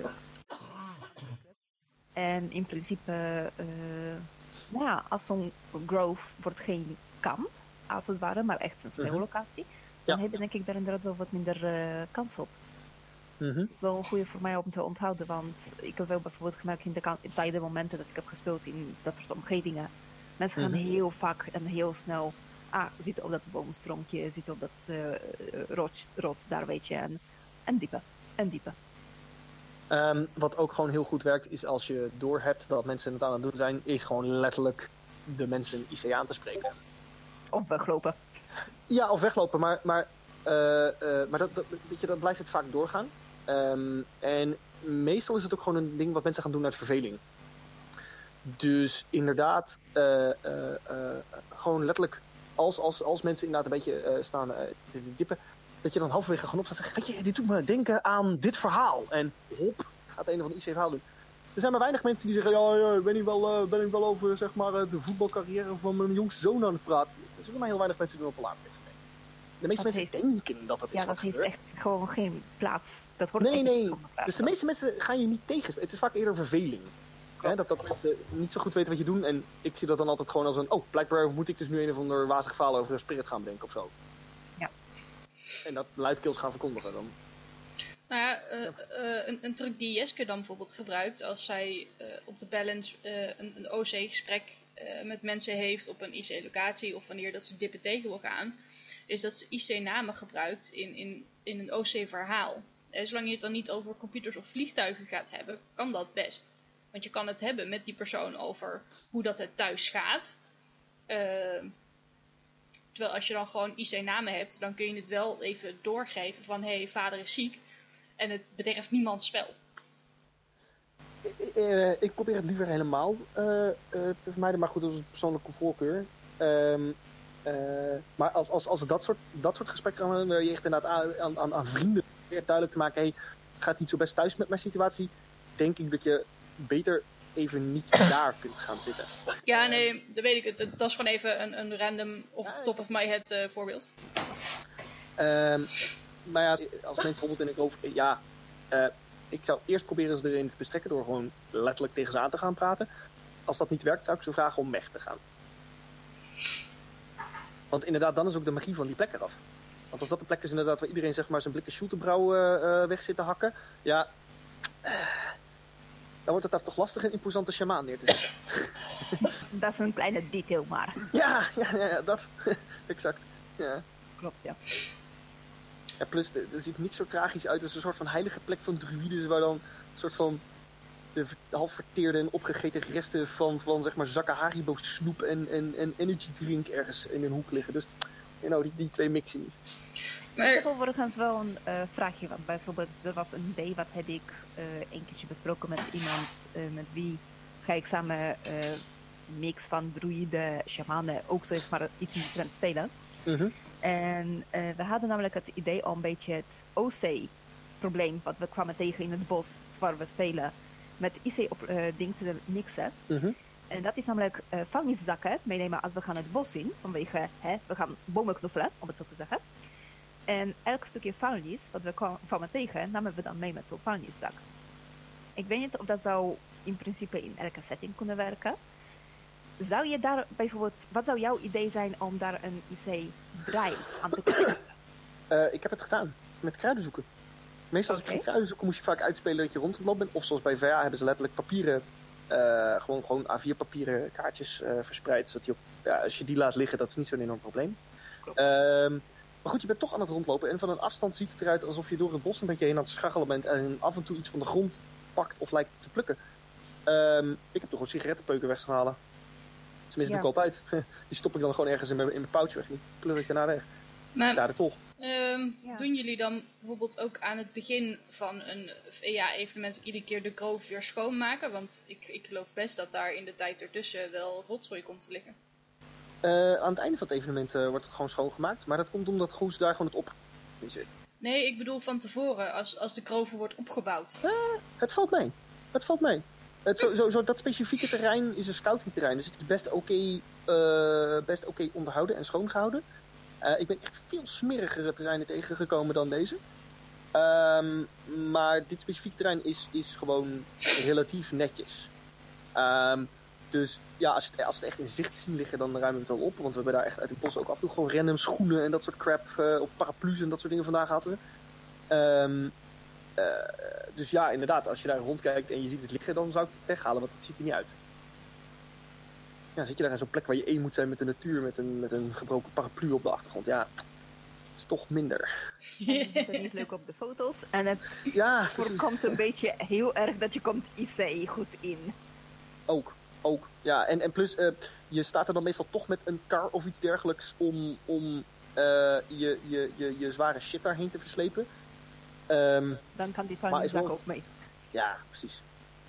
En in principe, uh, nou ja, als zo'n grove wordt geen kamp, als het ware, maar echt een speellocatie, mm-hmm. dan ja. heb je denk ik daar inderdaad wel wat minder uh, kans op. Mm-hmm. Het is wel een goede voor mij om te onthouden, want ik heb wel bijvoorbeeld gemerkt in de kan- in tijden momenten dat ik heb gespeeld in dat soort omgevingen. Mensen gaan mm-hmm. heel vaak en heel snel ah, zitten op dat boomstronkje, zitten op dat uh, rots, rots daar, weet je, en, en diepen, en diepen. Um, wat ook gewoon heel goed werkt, is als je doorhebt dat mensen het aan het doen zijn, is gewoon letterlijk de mensen I C aan te spreken. Of weglopen. Ja, of weglopen, maar, maar, uh, uh, maar dat, dat, weet je, dat blijft het vaak doorgaan. Um, en meestal is het ook gewoon een ding wat mensen gaan doen uit verveling. Dus inderdaad, uh, uh, uh, gewoon letterlijk, als, als, als mensen inderdaad een beetje uh, staan uh, te dippen, dat je dan halverwege gewoon op staat en zegt, weet je, dit doet me denken aan dit verhaal. En hop, gaat een of ander I C verhaal doen. Er zijn maar weinig mensen die zeggen, ja, ja ben ik wel, uh, ben ik wel over zeg maar, uh, de voetbalcarrière van mijn jongste zoon aan het praten. Er zijn maar heel weinig mensen die op een laag liggen. De meeste dat mensen heeft, denken dat dat is ja, wat dat heeft gebeurt. echt gewoon geen plaats. Dat hoort nee, nee. Plaats, dus de meeste mensen gaan je niet tegen. Het is vaak eerder verveling. Hè, dat dat mensen niet zo goed weten wat je doet. En ik zie dat dan altijd gewoon als een, oh, blijkbaar moet ik dus nu een of ander wazig verhaal over een spirit gaan bedenken of zo. Ja. En dat luidkeels gaan verkondigen dan. Nou ja, uh, uh, een, een truc die Jeske dan bijvoorbeeld gebruikt als zij uh, op de balance uh, een, een O C-gesprek uh, met mensen heeft op een I C-locatie of wanneer dat ze dippen tegen wil gaan, is dat ze I C-namen gebruikt in, in, in een O C-verhaal. En zolang je het dan niet over computers of vliegtuigen gaat hebben, kan dat best. Want je kan het hebben met die persoon over hoe dat het thuis gaat. Uh, terwijl als je dan gewoon I C-namen hebt, dan kun je het wel even doorgeven van, hé, hey, vader is ziek. En het bederft niemands spel. Uh, ik probeer het liever helemaal uh, uh, te vermijden, maar goed, dat is een persoonlijke voorkeur. Um, uh, maar als, als, als dat soort, dat soort gesprekken aan, waar je echt inderdaad aan, aan, aan vrienden duidelijk te maken, hé, hey, het gaat niet zo best thuis met mijn situatie, denk ik dat je beter even niet daar kunt gaan zitten. Ja, nee, dat weet ik. Het, dat is gewoon even een, een random, off the top of my head uh, voorbeeld. Um, Nou ja, als mensen bijvoorbeeld in een geloof, ja, uh, ik zou eerst proberen ze erin te bestrekken door gewoon letterlijk tegen ze aan te gaan praten. Als dat niet werkt, zou ik ze vragen om weg te gaan. Want inderdaad, dan is ook de magie van die plek eraf. Want als dat de plek is inderdaad waar iedereen zeg maar zijn blikken schulterbrouw uh, uh, weg zit te hakken, ja, uh, dan wordt het daar toch lastig een imposante sjamaan neer te zetten. Dat is een kleine detail maar. Ja, ja, ja, ja dat, exact, ja. Klopt, ja. Ja, plus, er ziet niet zo tragisch uit als een soort van heilige plek van druïdes, waar dan een soort van de half verteerde en opgegeten resten van, van zeg maar zakken Haribo snoep en, en, en energy drink ergens in een hoek liggen. Dus, you know, die, die twee mixen niet. Maar... Ik heb overigens wel een uh, vraagje, want bijvoorbeeld, er was een idee, wat heb ik uh, een keertje besproken met iemand, uh, met wie ga ik samen uh, mix van druïden, shamanen, ook zeg maar iets in de trend spelen. Mm-hmm. En uh, we hadden namelijk het idee om een beetje het O C-probleem wat we kwamen tegen in het bos waar we spelen, met I C-ding uh, te mixen. Mm-hmm. En dat is namelijk uh, vuilniszakken meenemen als we gaan het bos in, vanwege, hè, we gaan bomen knuffelen, om het zo te zeggen. En elk stukje vuilnis wat we kwamen tegen, namen we dan mee met zo'n vuilniszak. Ik weet niet of dat zou in principe in elke setting kunnen werken. Zou je daar bijvoorbeeld, wat zou jouw idee zijn om daar een I C-draai aan te kunnen? Uh, ik heb het gedaan, met kruiden zoeken. Meestal als okay. ik ging kruiden zoeken moest je vaak uitspelen dat je rond het lopen bent. Of zoals bij V A hebben ze letterlijk papieren, uh, gewoon, gewoon A vier papieren kaartjes uh, verspreid. Zodat je op, ja, als je die laat liggen, dat is niet zo'n enorm probleem. Um, maar goed, je bent toch aan het rondlopen en van een afstand ziet het eruit alsof je door het bos een beetje heen aan het scharrelen bent en af en toe iets van de grond pakt of lijkt te plukken. Um, ik heb toch gewoon sigarettenpeuken weg te halen. Tenminste, ja. doe ik altijd. Die stop ik dan gewoon ergens in mijn, in mijn pouch weg. Die pleur ik daarna weg. Maar Daar toch. ehm, Ja. doen jullie dan bijvoorbeeld ook aan het begin van een V A-evenement iedere keer de grove weer schoonmaken? Want ik, ik geloof best dat daar in de tijd ertussen wel rotzooi komt te liggen. Uh, aan het einde van het evenement uh, wordt het gewoon schoongemaakt. Maar dat komt omdat Goes daar gewoon het op in zit. Nee, ik bedoel van tevoren, als, als de grove wordt opgebouwd. Uh, het valt mee. Het valt mee. Het, zo, zo, zo, dat specifieke terrein is een scoutingterrein. Dus het is best oké okay, uh, best oké okay onderhouden en schoongehouden. Uh, ik ben echt veel smerigere terreinen tegengekomen dan deze. Um, maar dit specifieke terrein is, is gewoon relatief netjes. Um, dus ja, als, het, als we het echt in zicht zien liggen, dan ruimen we het wel op. Want we hebben daar echt uit de bos ook af en toe gewoon random schoenen en dat soort crap. Uh, of paraplu's en dat soort dingen vandaan gehad. Um, uh, dus ja, inderdaad, als je daar rondkijkt en je ziet het liggen, dan zou ik het weghalen, want het ziet er niet uit. Ja, zit je daar in zo'n plek waar je één moet zijn met de natuur, met een, met een gebroken paraplu op de achtergrond. Ja, is toch minder. En het ziet er niet leuk op de foto's. En het ja, voorkomt een beetje heel erg dat je komt I C goed in. Ook, ook. Ja, en, en plus, uh, je staat er dan meestal toch met een kar of iets dergelijks om, om uh, je, je, je, je zware shit daarheen te verslepen. Um, dan kan die vuilniszak wel... ook mee. Ja, precies.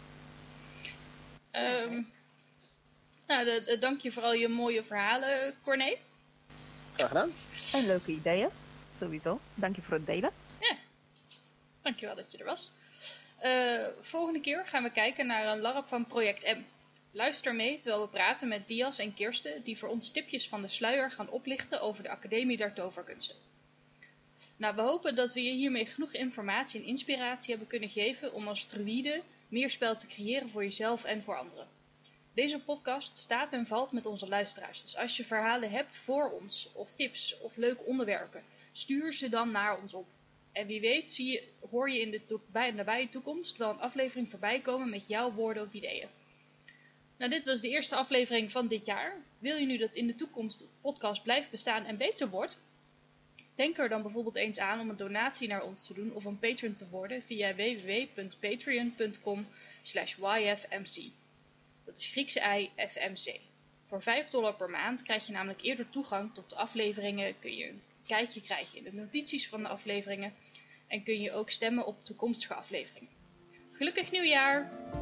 Um, nou, de, de, dank je voor al je mooie verhalen, Corné. Graag gedaan. En leuke ideeën, sowieso. Dank je voor het delen. Ja, dankjewel dat je er was. Uh, volgende keer gaan we kijken naar een LARP van Project M. Luister mee terwijl we praten met Dias en Kirsten, die voor ons tipjes van de sluier gaan oplichten over de Academie der Toverkunsten. Nou, we hopen dat we je hiermee genoeg informatie en inspiratie hebben kunnen geven om als druïde meer spel te creëren voor jezelf en voor anderen. Deze podcast staat en valt met onze luisteraars, dus als je verhalen hebt voor ons, of tips, of leuke onderwerpen, stuur ze dan naar ons op. En wie weet zie je, hoor je in de to- bij, nabije toekomst wel een aflevering voorbij komen met jouw woorden of ideeën. Nou, dit was de eerste aflevering van dit jaar. Wil je nu dat in de toekomst de podcast blijft bestaan en beter wordt? Denk er dan bijvoorbeeld eens aan om een donatie naar ons te doen of een patron te worden via w w w punt patreon punt com slash y f m c. Dat is Griekse I F M C. Voor vijf dollar per maand krijg je namelijk eerder toegang tot de afleveringen, kun je een kijkje krijgen in de notities van de afleveringen en kun je ook stemmen op toekomstige afleveringen. Gelukkig nieuwjaar!